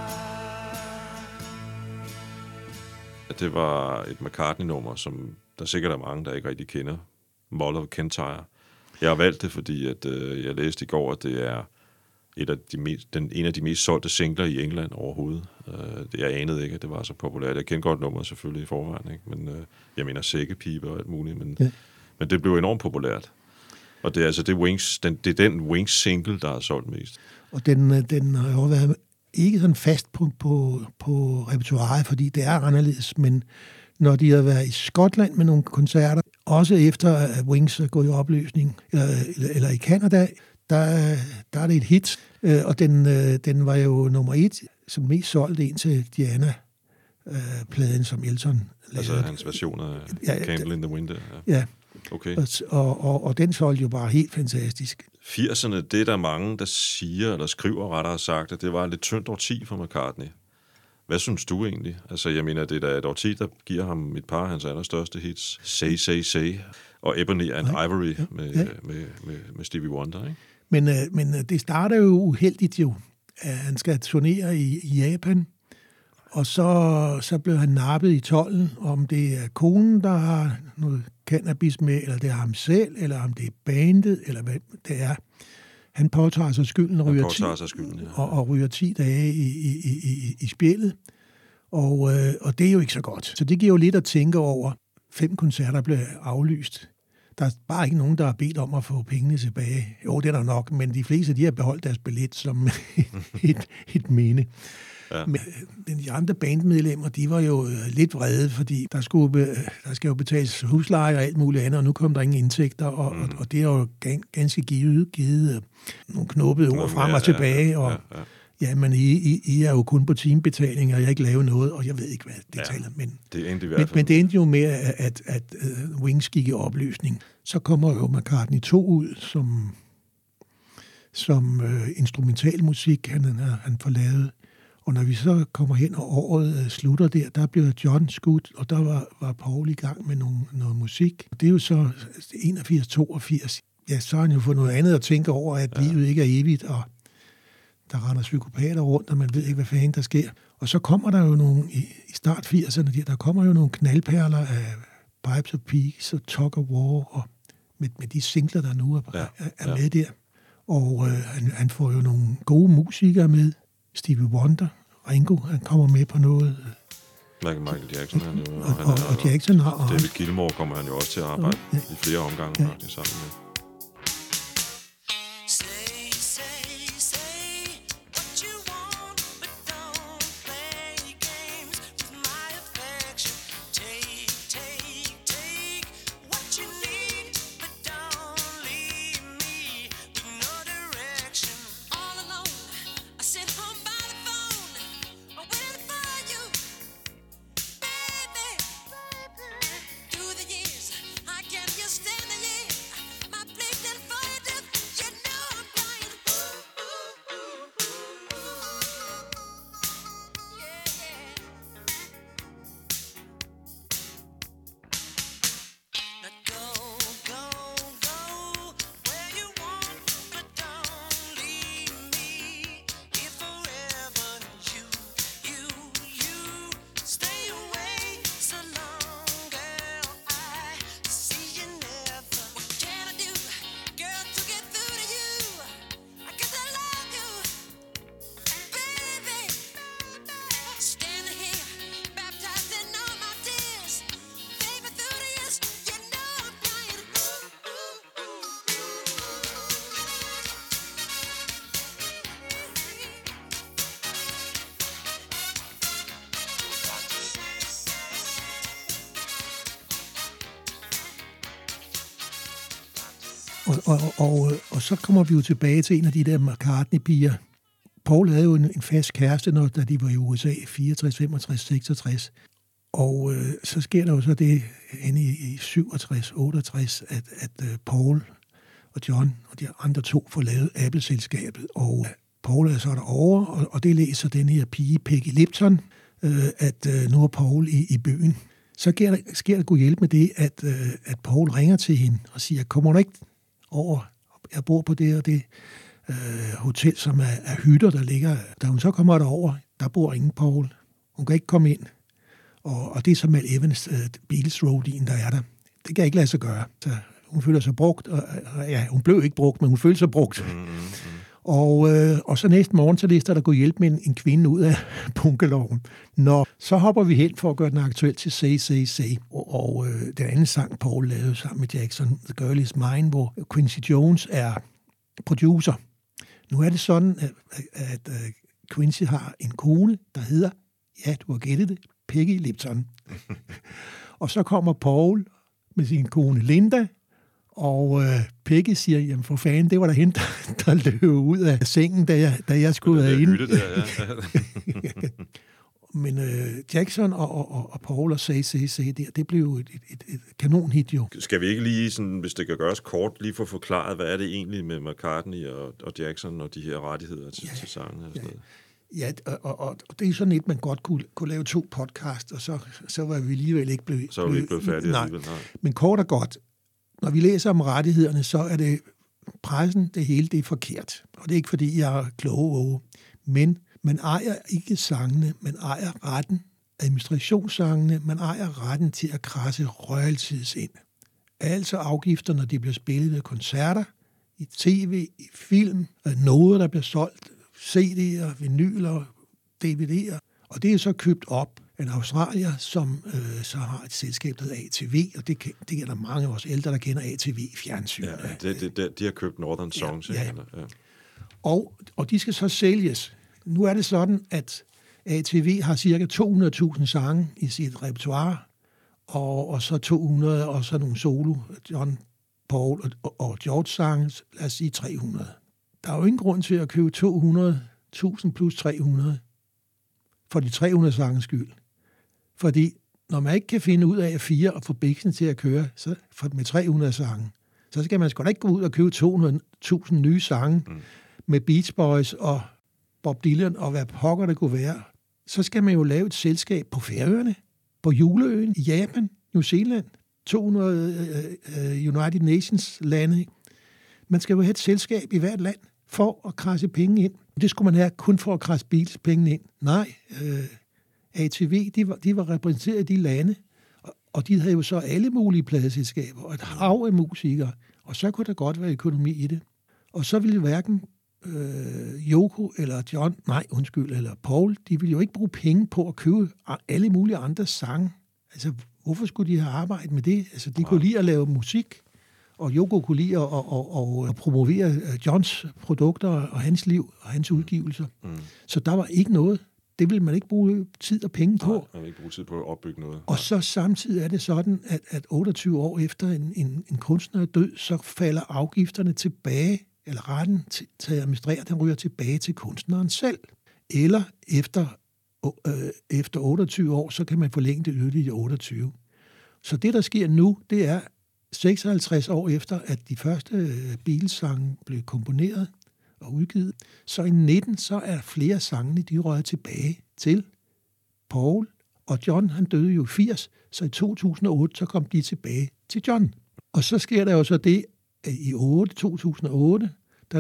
Det var et McCartney-nummer, som der sikkert er mange, der ikke rigtig kender. Mull of Kintyre. Jeg har valgt det, fordi at, jeg læste i går, at det er en af de mest solgte singler i England overhovedet. Jeg anede ikke, at det var så populært. Jeg kendte godt nummeret selvfølgelig i forvejen, ikke? Men jeg mener sækkepibe og alt muligt, men det blev enormt populært. Og det er altså det er den Wings-single, der har solgt mest. Og den har jo været ikke sådan fast på repertoiret, fordi det er anderledes, men når de har været i Skotland med nogle koncerter, også efter at Wings er gået i opløsning, eller i Canada, der er det et hit, og den var jo nummer 1, som mest solgte til Diana-pladen, som Elton lavede. Altså hans version af Candle in the Wind. Ja. Okay. Og den solgte jo bare helt fantastisk. 80'erne, det er der mange, der siger, eller skriver rettere sagt, at det var et lidt tyndt årti for McCartney. Hvad synes du egentlig? Altså, jeg mener, det er da et årti, der giver ham et par af hans allerstørste hits. Say, Say, Say og Ebony and Ivory med Stevie Wonder, ikke? Men det starter jo uheldigt jo. Han skal turnere i Japan, og så blev han nappet i tolden, om det er konen, der har noget cannabis med, eller det er ham selv, eller om det er bandet, eller hvad det er. Han påtager sig skylden og ryger 10 dage i spjældet, og det er jo ikke så godt. Så det giver jo lidt at tænke over. 5 koncerter blev aflyst. Der er bare ikke nogen, der har bedt om at få pengene tilbage. Jo, det er der nok, men de fleste de har beholdt deres billet som et minde. Ja. Men de andre bandmedlemmer, de var jo lidt vrede, fordi der skal jo betales husleje og alt muligt andet, og nu kom der ingen indtægter, og det har jo ganske givet nogle knubbede ord frem og tilbage, og ja, men I er jo kun på timebetaling, og jeg har ikke lavet noget, og jeg ved ikke, hvad det taler. Men det endte i hvert fald. Men det endte jo med, at Wings gik i opløsning. Så kommer jo McCartney 2 ud, som instrumentalmusik, han får lavet. Og når vi så kommer hen, og året slutter der bliver John skudt, og der var Paul i gang med noget musik. Det er jo så 81-82. Ja, så har han jo fået noget andet at tænke over, at livet ikke er evigt, og der render psykopater rundt, og man ved ikke, hvad fanden der sker. Og så kommer der jo nogle, i start 80'erne, der kommer jo nogle knaldperler af Pipes of Peace og Tug of War, og med de singler, der nu er med der. Og han får jo nogle gode musikere med. Stevie Wonder, Ringo, han kommer med på noget. Michael Jackson, han jo, og Jackson har... David Gilmour kommer han jo også til at arbejde i flere omgange faktisk sammen med. Og så kommer vi jo tilbage til en af de der McCartney-piger. Paul havde jo en fast kæreste, da de var i USA, 64, 65, 66. Og så sker der jo så det henne i 67, 68, at Paul og John og de andre 2 får lavet Apple-selskabet. Og Paul er så derovre, og det læser den her pige, Peggy Lipton, at nu er Paul i byen. Så sker der god hjælp med det, at Paul ringer til hende og siger, kommer du ikke over, jeg bor på det og det hotel, som er hytter, der ligger. Da hun så kommer derover, der bor ingen Paul. Hun kan ikke komme ind. Og det er så Mal Evans, Beatles roadien, der er der. Det kan ikke lade sig gøre. Så hun føler sig brugt, og ja, hun blev ikke brugt, men hun følte sig brugt. Og så næste morgen, så lister der gå hjælp med en kvinde ud af bunkaloven. Så hopper vi hen for at gøre den aktuel til Say, Say, Say. Og den anden sang, Paul lavede sammen med Jackson, The Girl Is Mine, hvor Quincy Jones er producer. Nu er det sådan, at Quincy har en kone, der hedder, ja, du har gættet det, Peggy Lipton. Og så kommer Paul med sin kone Linda, og Peggy siger, jamen for fanden, det var der hende, der løb ud af sengen, da jeg skulle have inde. Men Jackson og Paul og Say der, det blev jo et kanonhit jo. Skal vi ikke lige, sådan, hvis det kan gøres kort, lige få forklaret, hvad er det egentlig med McCartney og Jackson og de her rettigheder til sangen? Og sådan noget? Ja, og det er sådan et, man godt kunne lave 2 podcast, og så var vi alligevel ikke blevet... Så var vi ikke blevet færdige alligevel, nej. Men kort og godt, når vi læser om rettighederne, så er det pressen, det hele, det er forkert. Og det er ikke, fordi jeg er kloge, men man ejer ikke sangene, man ejer retten, administrationssangene, man ejer retten til at krasse royalties ind. Altså afgifter, når de bliver spillet ved koncerter, i tv, i film, noget, der bliver solgt, CD'er, vinyler, DVD'er. Og det er så købt op af en australier, som så har et selskab, der hedder ATV, og det er der mange af vores ældre, der kender ATV i fjernsyn. Ja, de har købt Northern Songs. Ja. Og de skal så sælges. Nu er det sådan, at ATV har cirka 200.000 sange i sit repertoire, og så 200, og så nogle solo, John, Paul og George sange, lad os sige 300. Der er jo ingen grund til at købe 200.000 plus 300 for de 300 sanges skyld. Fordi når man ikke kan finde ud af at fire og få biksen til at køre så med 300 sange, så skal man sgu da ikke gå ud og købe 200.000 nye sange med Beach Boys og Bob Dylan og hvad pokker det kunne være. Så skal man jo lave et selskab på Færøerne, på Juleøen, i Japan, New Zealand, 200 United Nations lande. Man skal jo have et selskab i hvert land for at krasse penge ind. Det skulle man have kun for at krasse Beatles penge ind. Nej, ATV, de var repræsenteret i de lande, og de havde jo så alle mulige pladeselskaber og et hav af musikere, og så kunne der godt være økonomi i det. Og så ville hverken Yoko eller John, eller Paul, de ville jo ikke bruge penge på at købe alle mulige andre sange. Altså, hvorfor skulle de have arbejdet med det? Altså, de kunne lide at lave musik, og Yoko kunne lide at promovere Johns produkter og hans liv og hans udgivelser. Så der var ikke noget. Det ville man ikke bruge tid og penge på. Nej, man vil ikke bruge tid på at opbygge noget. Og så samtidig er det sådan, at 28 år efter en kunstner er død, så falder afgifterne tilbage, eller retten til at administrere, den ryger tilbage til kunstneren selv. Eller efter 28 år, så kan man forlænge det yderligere 28. Så det, der sker nu, det er 56 år efter, at de første Beatles-sange blev komponeret og udgivet. Så i 19, så er flere sangene, de røget tilbage til Paul. Og John, han døde jo i 80, så i 2008, så kom de tilbage til John. Og så sker der jo så det, at i 2008, der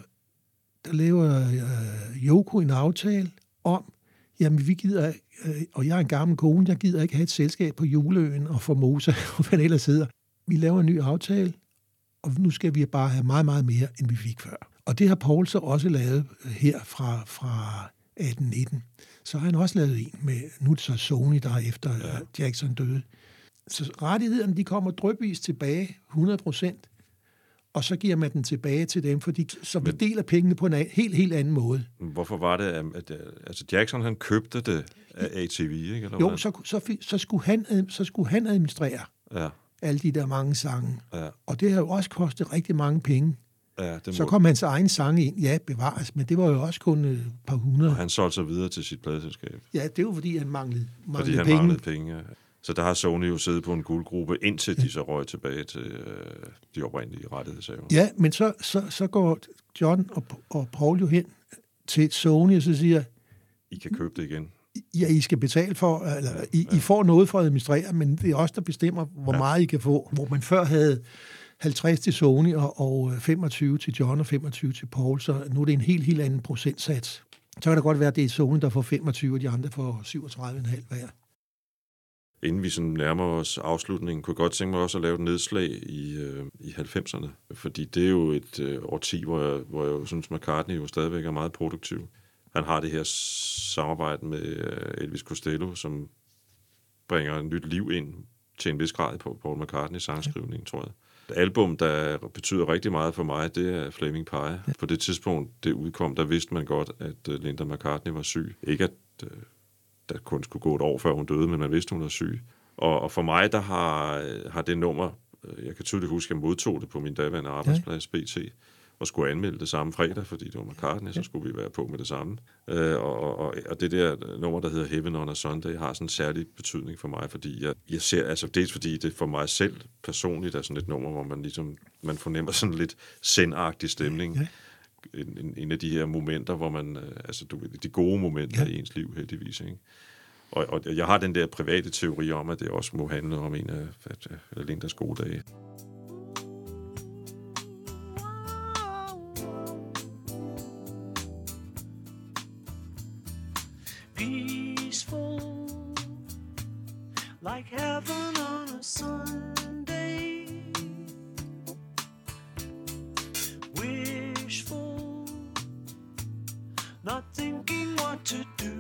laver Yoko en aftale om, jamen vi gider, og jeg er en gammel kone, jeg gider ikke have et selskab på Juleøen og Formosa, og hvad ellers hedder. Vi laver en ny aftale, og nu skal vi bare have meget, meget mere, end vi fik før. Og det har Paul så også lavet her fra 1819. Så har han også lavet en med, nu er det så Sony, der efter Jackson døde. Så rettighederne, de kommer drypvis tilbage, 100%, og så giver man den tilbage til dem, fordi så vi deler pengene på en helt anden måde. Hvorfor var det, at altså Jackson, han købte det af ATV, ikke? Eller jo, så skulle han administrere alle de der mange sange. Ja. Og det har jo også kostet rigtig mange penge. Ja, så kom hans egen sange ind, bevares, men det var jo også kun et par hundrede. Og han solgte sig videre til sit pladeselskab. Ja, det var fordi han manglede penge. Ja. Så der har Sony jo siddet på en guldgruppe, indtil de så røg tilbage til de oprindelige rettighedshaver. Ja, men så går John og Paul jo hen til Sony, og så siger, I kan købe det igen. Ja, I skal betale for, eller I får noget for at administrere, men det er os, der bestemmer, hvor meget I kan få. Hvor man før havde 50 til Sony og 25 til John og 25 til Paul, så nu er det en helt anden procentsats. Så kan det godt være, at det er Sony, der får 25, og de andre får 37,5 hver. Inden vi sådan nærmer os afslutningen, kunne jeg godt tænke mig også at lave et nedslag i 90'erne. Fordi det er jo et årti, hvor jeg synes, McCartney jo stadigvæk er meget produktiv. Han har det her samarbejde med Elvis Costello, som bringer nyt liv ind til en vis grad på Paul McCartneys sangskrivning, tror jeg. Et album, der betyder rigtig meget for mig, det er Flaming Pie. På det tidspunkt, det udkom, der vidste man godt, at Linda McCartney var syg. Ikke at der kun skulle gå et år, før hun døde, men man vidste, hun var syg. Og for mig, der har det nummer, jeg kan tydeligt huske, at jeg modtog det på min daværende arbejdsplads, BT, og skulle anmelde det samme fredag, fordi det var McCartney, så skulle vi være på med det samme. Og det der nummer, der hedder Heaven on a Sunday, har sådan en særlig betydning for mig, fordi jeg ser, altså dels fordi det for mig selv personligt er sådan et nummer, hvor man ligesom, man fornemmer sådan lidt zen-agtig stemning. Ja. En af de her momenter, hvor man, altså de gode momenter i ens liv, heldigvis, ikke? Og jeg har den der private teori om, at det også må handle om en af Lindas gode dage. Peaceful, like heaven on a Sunday. Wishful, not thinking what to do.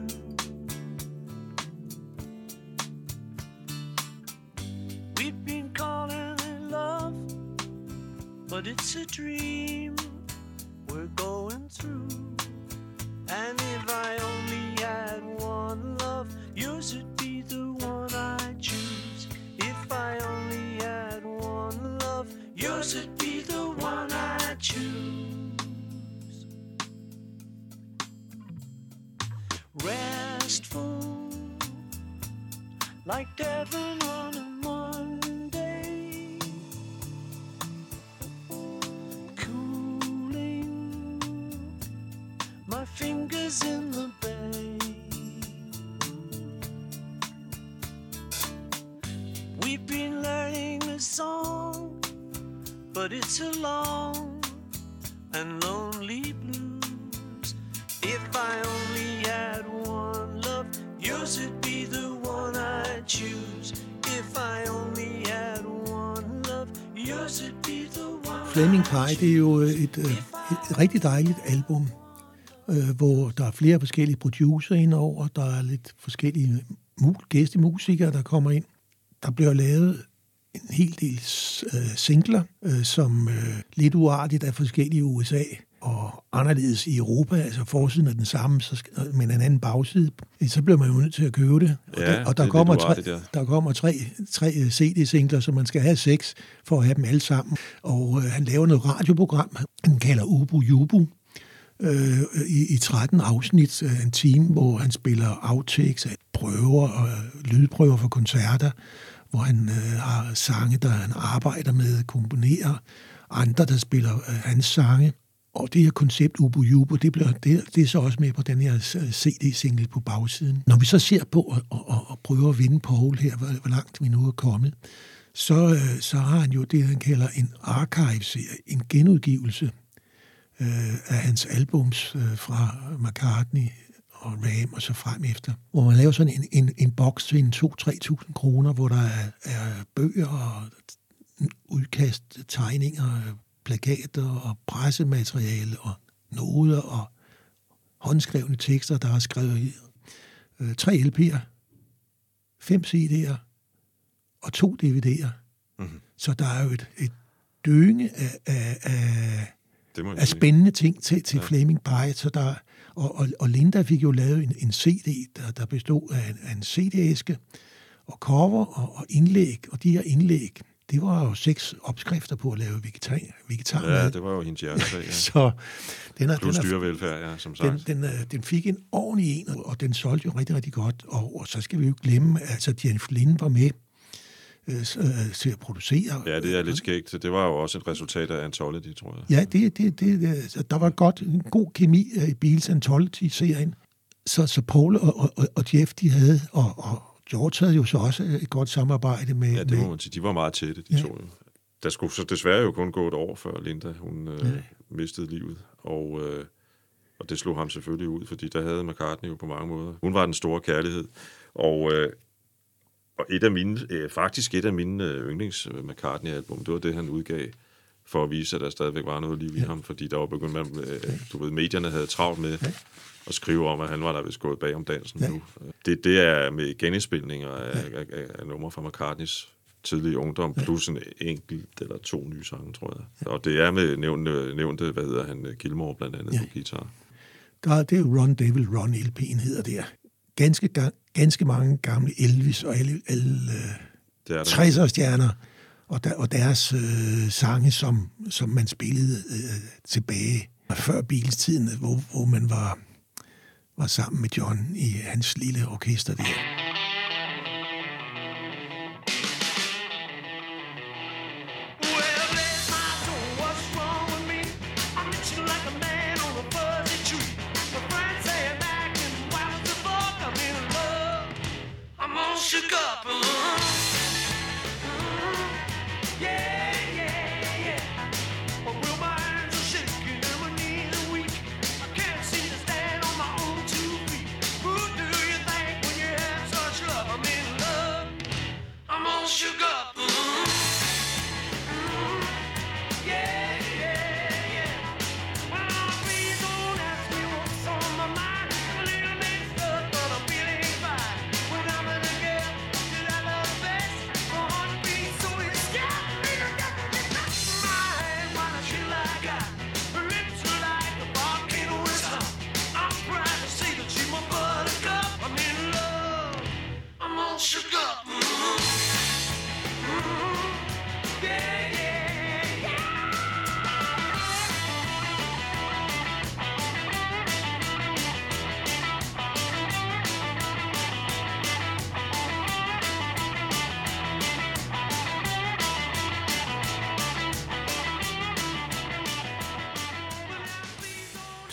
We've been calling it love, but it's a dream we're going through. And if I only had one yours would be the one I choose. Restful, like Devon on a Monday, cooling my fingers in the bay. We've been learning a song, but it's a long and lonely blues. If I only had one love, yours would be the one I choose. If I only had one love, yours would be the one. Flaming Pie, det er jo et rigtig dejligt album, hvor der er flere forskellige producer indover, der er lidt forskellige gæstemusikere, der kommer ind. Der bliver lavet en hel del singler, som lidt uartigt er forskellige i USA og anderledes i Europa. Altså forsiden er den samme, men en anden bagside. Så bliver man jo nødt til at købe det. Og der kommer tre CD-singler, så man skal have 6 for at have dem alle sammen. Og han laver noget radioprogram, han kalder Ubu Jubu, i 13 afsnit af en time, hvor han spiller outtakes af prøver og lydprøver for koncerter, hvor han har sange, der han arbejder med, komponerer, andre, der spiller hans sange. Og det her koncept, Ubu Jubu, det er så også med på den her CD-single på bagsiden. Når vi så ser på og prøver at vinde Paul her, hvor langt vi nu er kommet, så har han jo det, han kalder en archive-serie, en genudgivelse af hans albums fra McCartney og Ram og så frem efter. Hvor man laver sådan en boks til 2-3.000 kroner, hvor der er bøger og udkast, tegninger, plakater og pressemateriale og noder og håndskrevne tekster, der er skrevet 3 LP'er, 5 CD'er og 2 DVD'er. Mm-hmm. Så der er jo et dynge af spændende ting til Flaming Pie. Så der, og Linda fik jo lavet en CD, der bestod af en CD-æske og cover og indlæg. Og de her indlæg, det var jo 6 opskrifter på at lave vegetar. Ja, det var jo hendes hjertesag, ja. Så plus dyrevelfærd, ja, som sagt. Den fik en ordentlig en, og den solgte jo rigtig, rigtig godt. Og så skal vi jo glemme, altså Jan Flynn var med til at producere. Ja, det er lidt skægt. Det var jo også et resultat af Anthology, tror jeg. Ja, der var en god kemi i Beatles Anthology-serien. Så Paul og Jeff, de havde, og George havde jo så også et godt samarbejde med... Ja, det må man sige. De var meget tætte, de to. Der skulle så desværre jo kun gå et år, før Linda hun mistede livet. Og det slog ham selvfølgelig ud, fordi der havde McCartney jo på mange måder. Hun var den store kærlighed. Og et af mine yndlings McCartney-album, det var det, han udgav for at vise, at der stadigvæk var noget liv i ham, fordi der var begyndt medierne havde travlt med at skrive om, at han var der vist gået bag om dansen nu. Det er med genindspilninger af numre fra McCartneys tidlige ungdom, plus en enkelt eller 2 nye sange, tror jeg. Og det er med nævnte, Gilmore blandt andet på guitar. Det er jo Run Devil Run LP'en hedder det. Ganske mange gamle Elvis og alle 60'er-stjerner og deres sange, som man spillede tilbage før Beatles-tiden, hvor man var sammen med John i hans lille orkester der.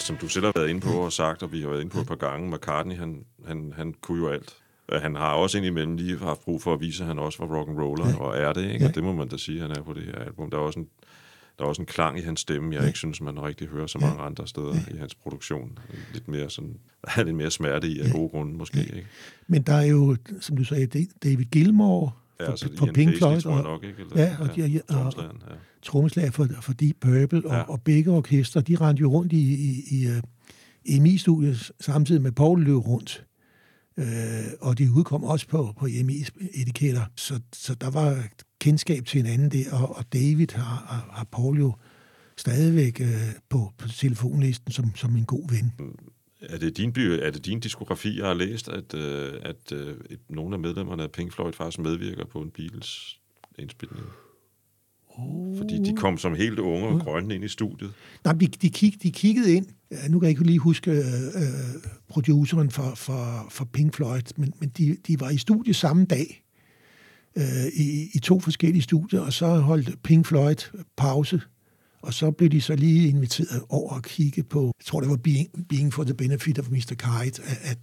som du selv har været inde på og sagt, og vi har været inde på et par gange, McCartney, han kunne jo alt. Han har også indimellem lige haft brug for at vise, at han også var rock'n'roller, og er det, ikke? Ja. Og det må man da sige, han er på det her album. Der er også en klang i hans stemme, jeg ikke synes, man rigtig hører så mange andre steder i hans produktion. Lidt mere smerte i af gode grunde, måske. Ikke? Men der er jo, som du sagde, David Gilmour for Pink Floyd, og trommeslager for Deep Purple, og begge orkestre, de rendte jo rundt i EMI-studiet, samtidig med Paul løb rundt. Og de udkom også på EMI-etiketter, så der var kendskab til hinanden der, og David har Paul jo stadigvæk på telefonlisten som en god ven. Er det din diskografi, jeg har læst, at nogle af medlemmerne af Pink Floyd faktisk medvirker på en Beatles indspilning? Fordi de kom som helt unge og grønne ind i studiet. Nej, de kiggede ind. Nu kan jeg ikke lige huske produceren for Pink Floyd, men de var i studiet samme dag i 2 forskellige studier, og så holdt Pink Floyd pause, og så blev de så lige inviteret over at kigge på, jeg tror det var Being for the Benefit of Mr. Kite,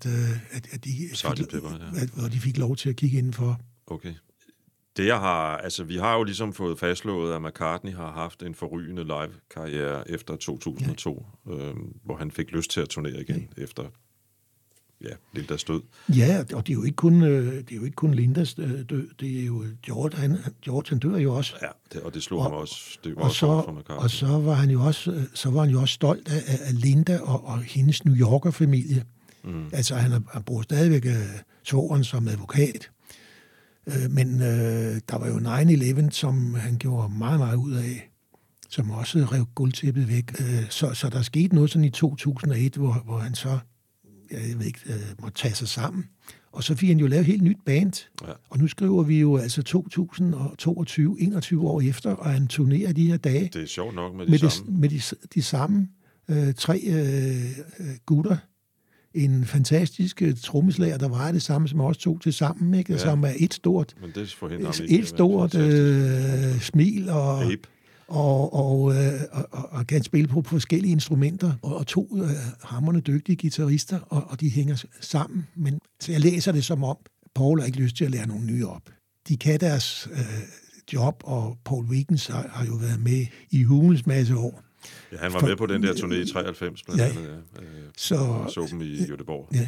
at de fik lov til at kigge indenfor. Okay. Vi har jo ligesom fået fastslået, at McCartney har haft en forrygende live-karriere efter 2002, hvor han fik lyst til at turnere igen efter Lindas død. Ja, og det er jo ikke kun Lindas død, det er jo George, han dør jo også. Ja, og det slog ham også. Det var også for McCartney. Og så var han jo også stolt af Linda og hendes New Yorker-familie. Mm. Altså, han bruger stadigvæk svogeren som advokat. Men der var jo 9/11, som han gjorde meget, meget ud af, som også rev guldtæppet væk. Så der skete noget sådan i 2001, hvor han så, måtte tage sig sammen. Og så fik han jo lavet et helt nyt band. Ja. Og nu skriver vi jo altså 2022, 21 år efter, og han turnerer de her dage. Det er sjovt nok med de samme 3 gutter. En fantastisk trommeslager, der var det samme som os 2 til sammen, ikke? Som er et stort smil og kan spille på forskellige instrumenter, og 2 hamrende dygtige guitarister, og de hænger sammen. Men så jeg læser det som om, Paul har ikke lyst til at lære nogen nye op. De kan deres job, og Paul Wiggins har jo været med i hulens masse år. Ja, han var med på den der turné i 93, blandt andet. Så dem i Göteborg. Ja.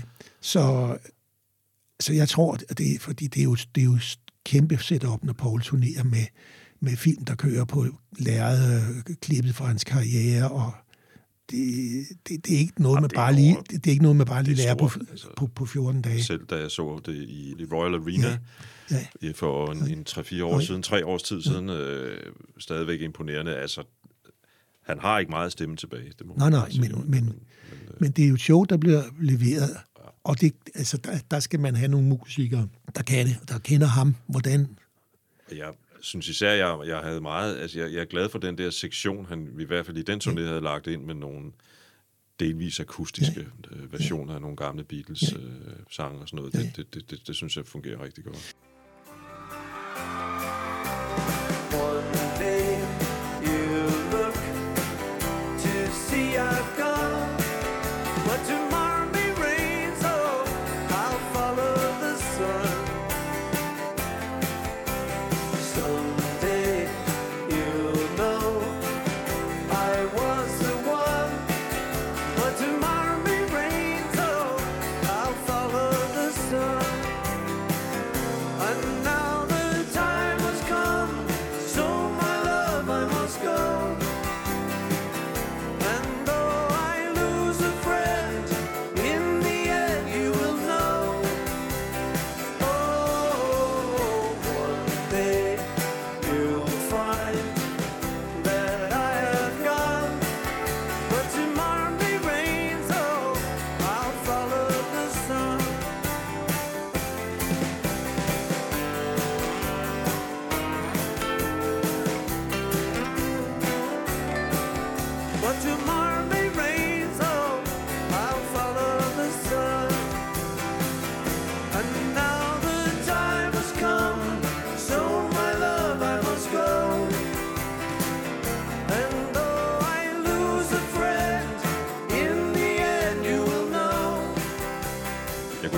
Så jeg tror, at fordi det er jo kæmpe setup, når Paul turnerer med film, der kører på lærredet, klippet fra hans karriere, og det er ikke noget, man bare lige, det er ikke noget, man bare lige lærer på 14 dage. Selv da jeg så det i Royal Arena for en 3-4 år siden, 3 års tid siden, stadigvæk imponerende. Altså, han har ikke meget stemme tilbage. Det må men det er jo et show, der bliver leveret, og det, altså, der skal man have nogle musikere, der kan det, der kender ham, hvordan. Jeg synes især, jeg havde meget, altså jeg er glad for den der sektion, han i hvert fald i den turné havde lagt ind med nogle delvis akustiske versioner af nogle gamle Beatles-sange og sådan noget. Det synes jeg fungerer rigtig godt.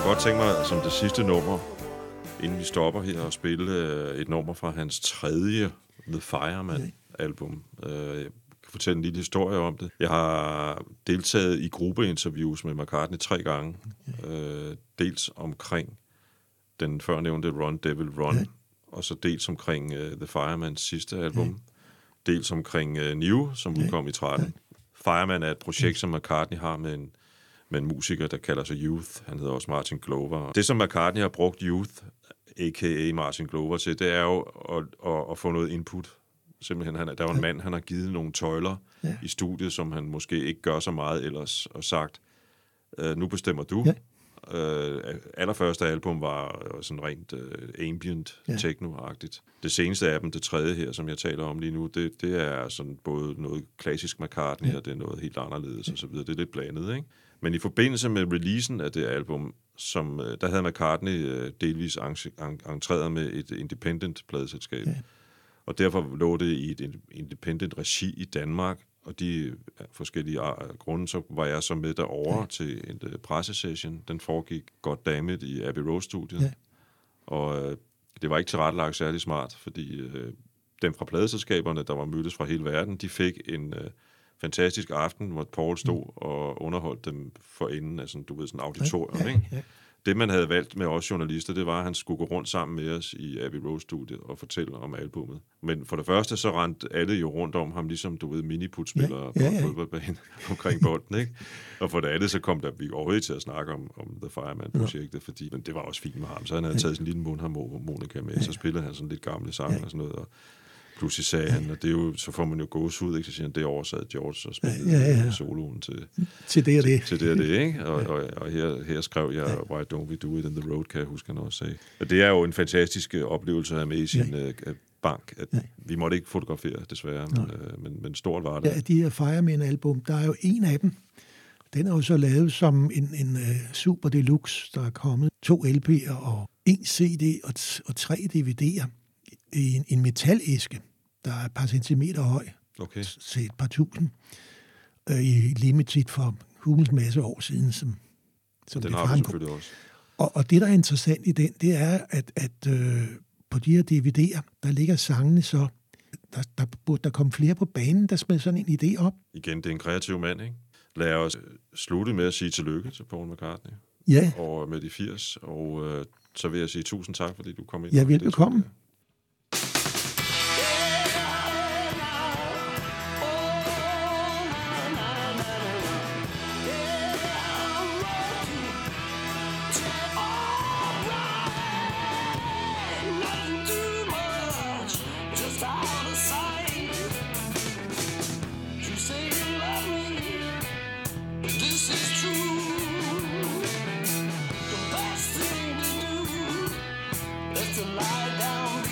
godt tænke mig som det sidste nummer, inden vi stopper her, og spille et nummer fra hans tredje The Fireman-album. Jeg kan fortælle en lille historie om det. Jeg har deltaget i gruppeinterviews med McCartney 3 gange. Dels omkring den førnævnte Run Devil Run, og så dels omkring The Firemans sidste album. Dels omkring New, som udkom i 13. Fireman er et projekt, som McCartney har med en musiker, der kalder sig Youth. Han hedder også Martin Glover. Det, som McCartney har brugt Youth, a.k.a. Martin Glover, til, det er jo at få noget input. Simpelthen, der er jo en mand, han har givet nogle tøjler i studiet, som han måske ikke gør så meget ellers, og sagt, nu bestemmer du. Allerførste album var sådan rent ambient, techno-agtigt. Det seneste af dem, det tredje her, som jeg taler om lige nu, det er sådan både noget klassisk McCartney, og det er noget helt anderledes og så videre. Det er lidt blandet, ikke? Men i forbindelse med releasen af det album, der havde McCartney delvis entreret med et independent pladeselskab. Og derfor lå det i et independent regi i Danmark, og de forskellige grunde, så var jeg så med derovre til en pressesession. Den foregik goddammit i Abbey Road-studiet. Og det var ikke tilrettelagt særlig smart, fordi dem fra pladeselskaberne, der var mødtes fra hele verden, de fik en fantastisk aften, hvor Paul stod og underholdt dem for enden af sådan, du ved, sådan auditorium, ikke? Det, man havde valgt med os journalister, det var, at han skulle gå rundt sammen med os i Abbey Road-studiet og fortælle om albummet. Men for det første, så rendte alle jo rundt om ham, ligesom, du ved, miniputspillere på fodboldbanen omkring bolden, ikke? Og for det andet, så kom vi overhovedet til at snakke om The Fireman-projektet, fordi det var også fint med ham. Så han havde taget sådan en lille mundharmonika med, så spillede han sådan lidt gamle sange og sådan noget, og pludselig sagde han, og det er jo, så får man jo gåsehud, ikke? Så siger han, det oversad George og spillede soloen til det og det. Til det og det, ikke? Og her skrev jeg, Why Don't We Do It in the Road, kan jeg huske, han også sagde. Og det er jo en fantastisk oplevelse at have med i sin bank. At vi måtte ikke fotografere, desværre, men stort var det. Ja, de her Fireman-album, der er jo en af dem. Den er jo så lavet som en super deluxe, der er kommet 2 LP'er og 1 CD og 3 DVD'er. I en metalæske, der er et par centimeter høj, til et par tusind, i limited for hulens masse år siden, som den har vi selvfølgelig også. Og det, der er interessant i den, det er, at på de her DVD'er, der ligger sangene så, der burde der komme flere på banen, der smed sådan en idé op. Igen, det er en kreativ mand, ikke? Lad os slutte med at sige tillykke til Paul McCartney. Ja. Og med de 80, og så vil jeg sige tusind tak, fordi du kom ind. Ja, velbekomme. To lie down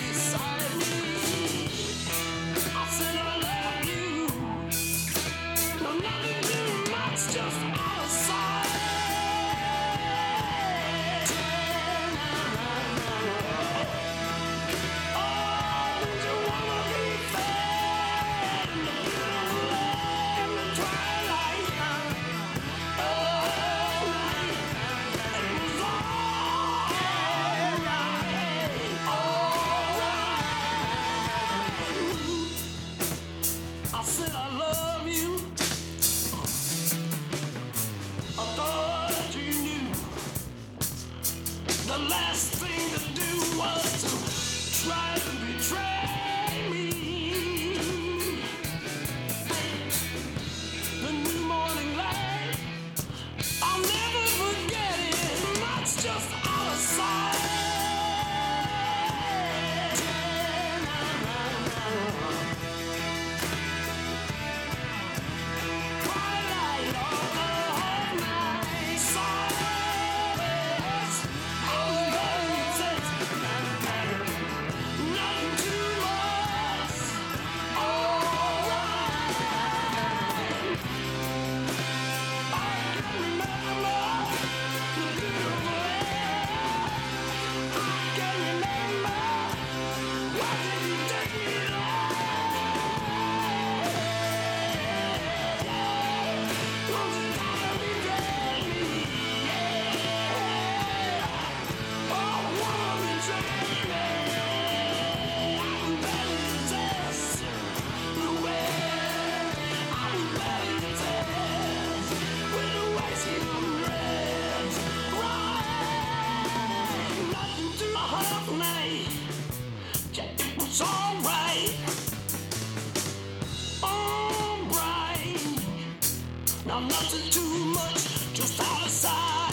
Now nothing too much, just out of sight.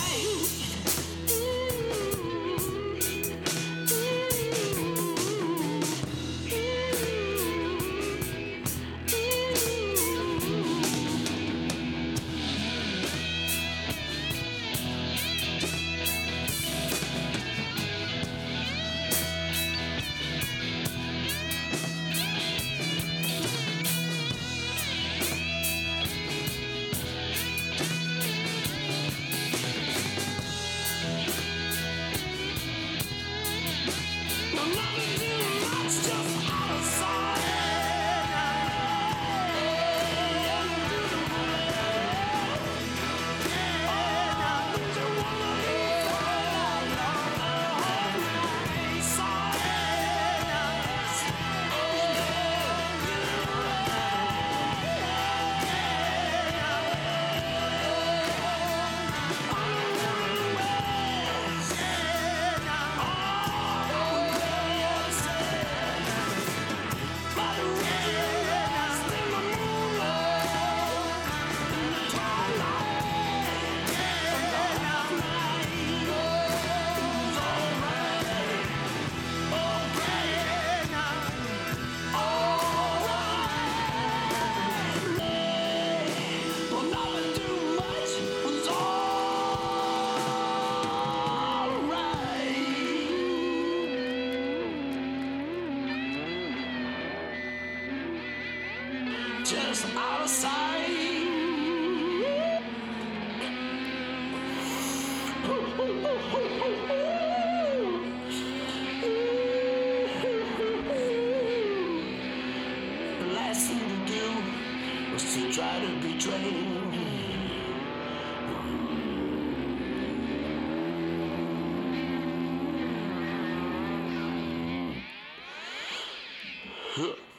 Just out of sight. The last thing to do was to try to betray. Huh.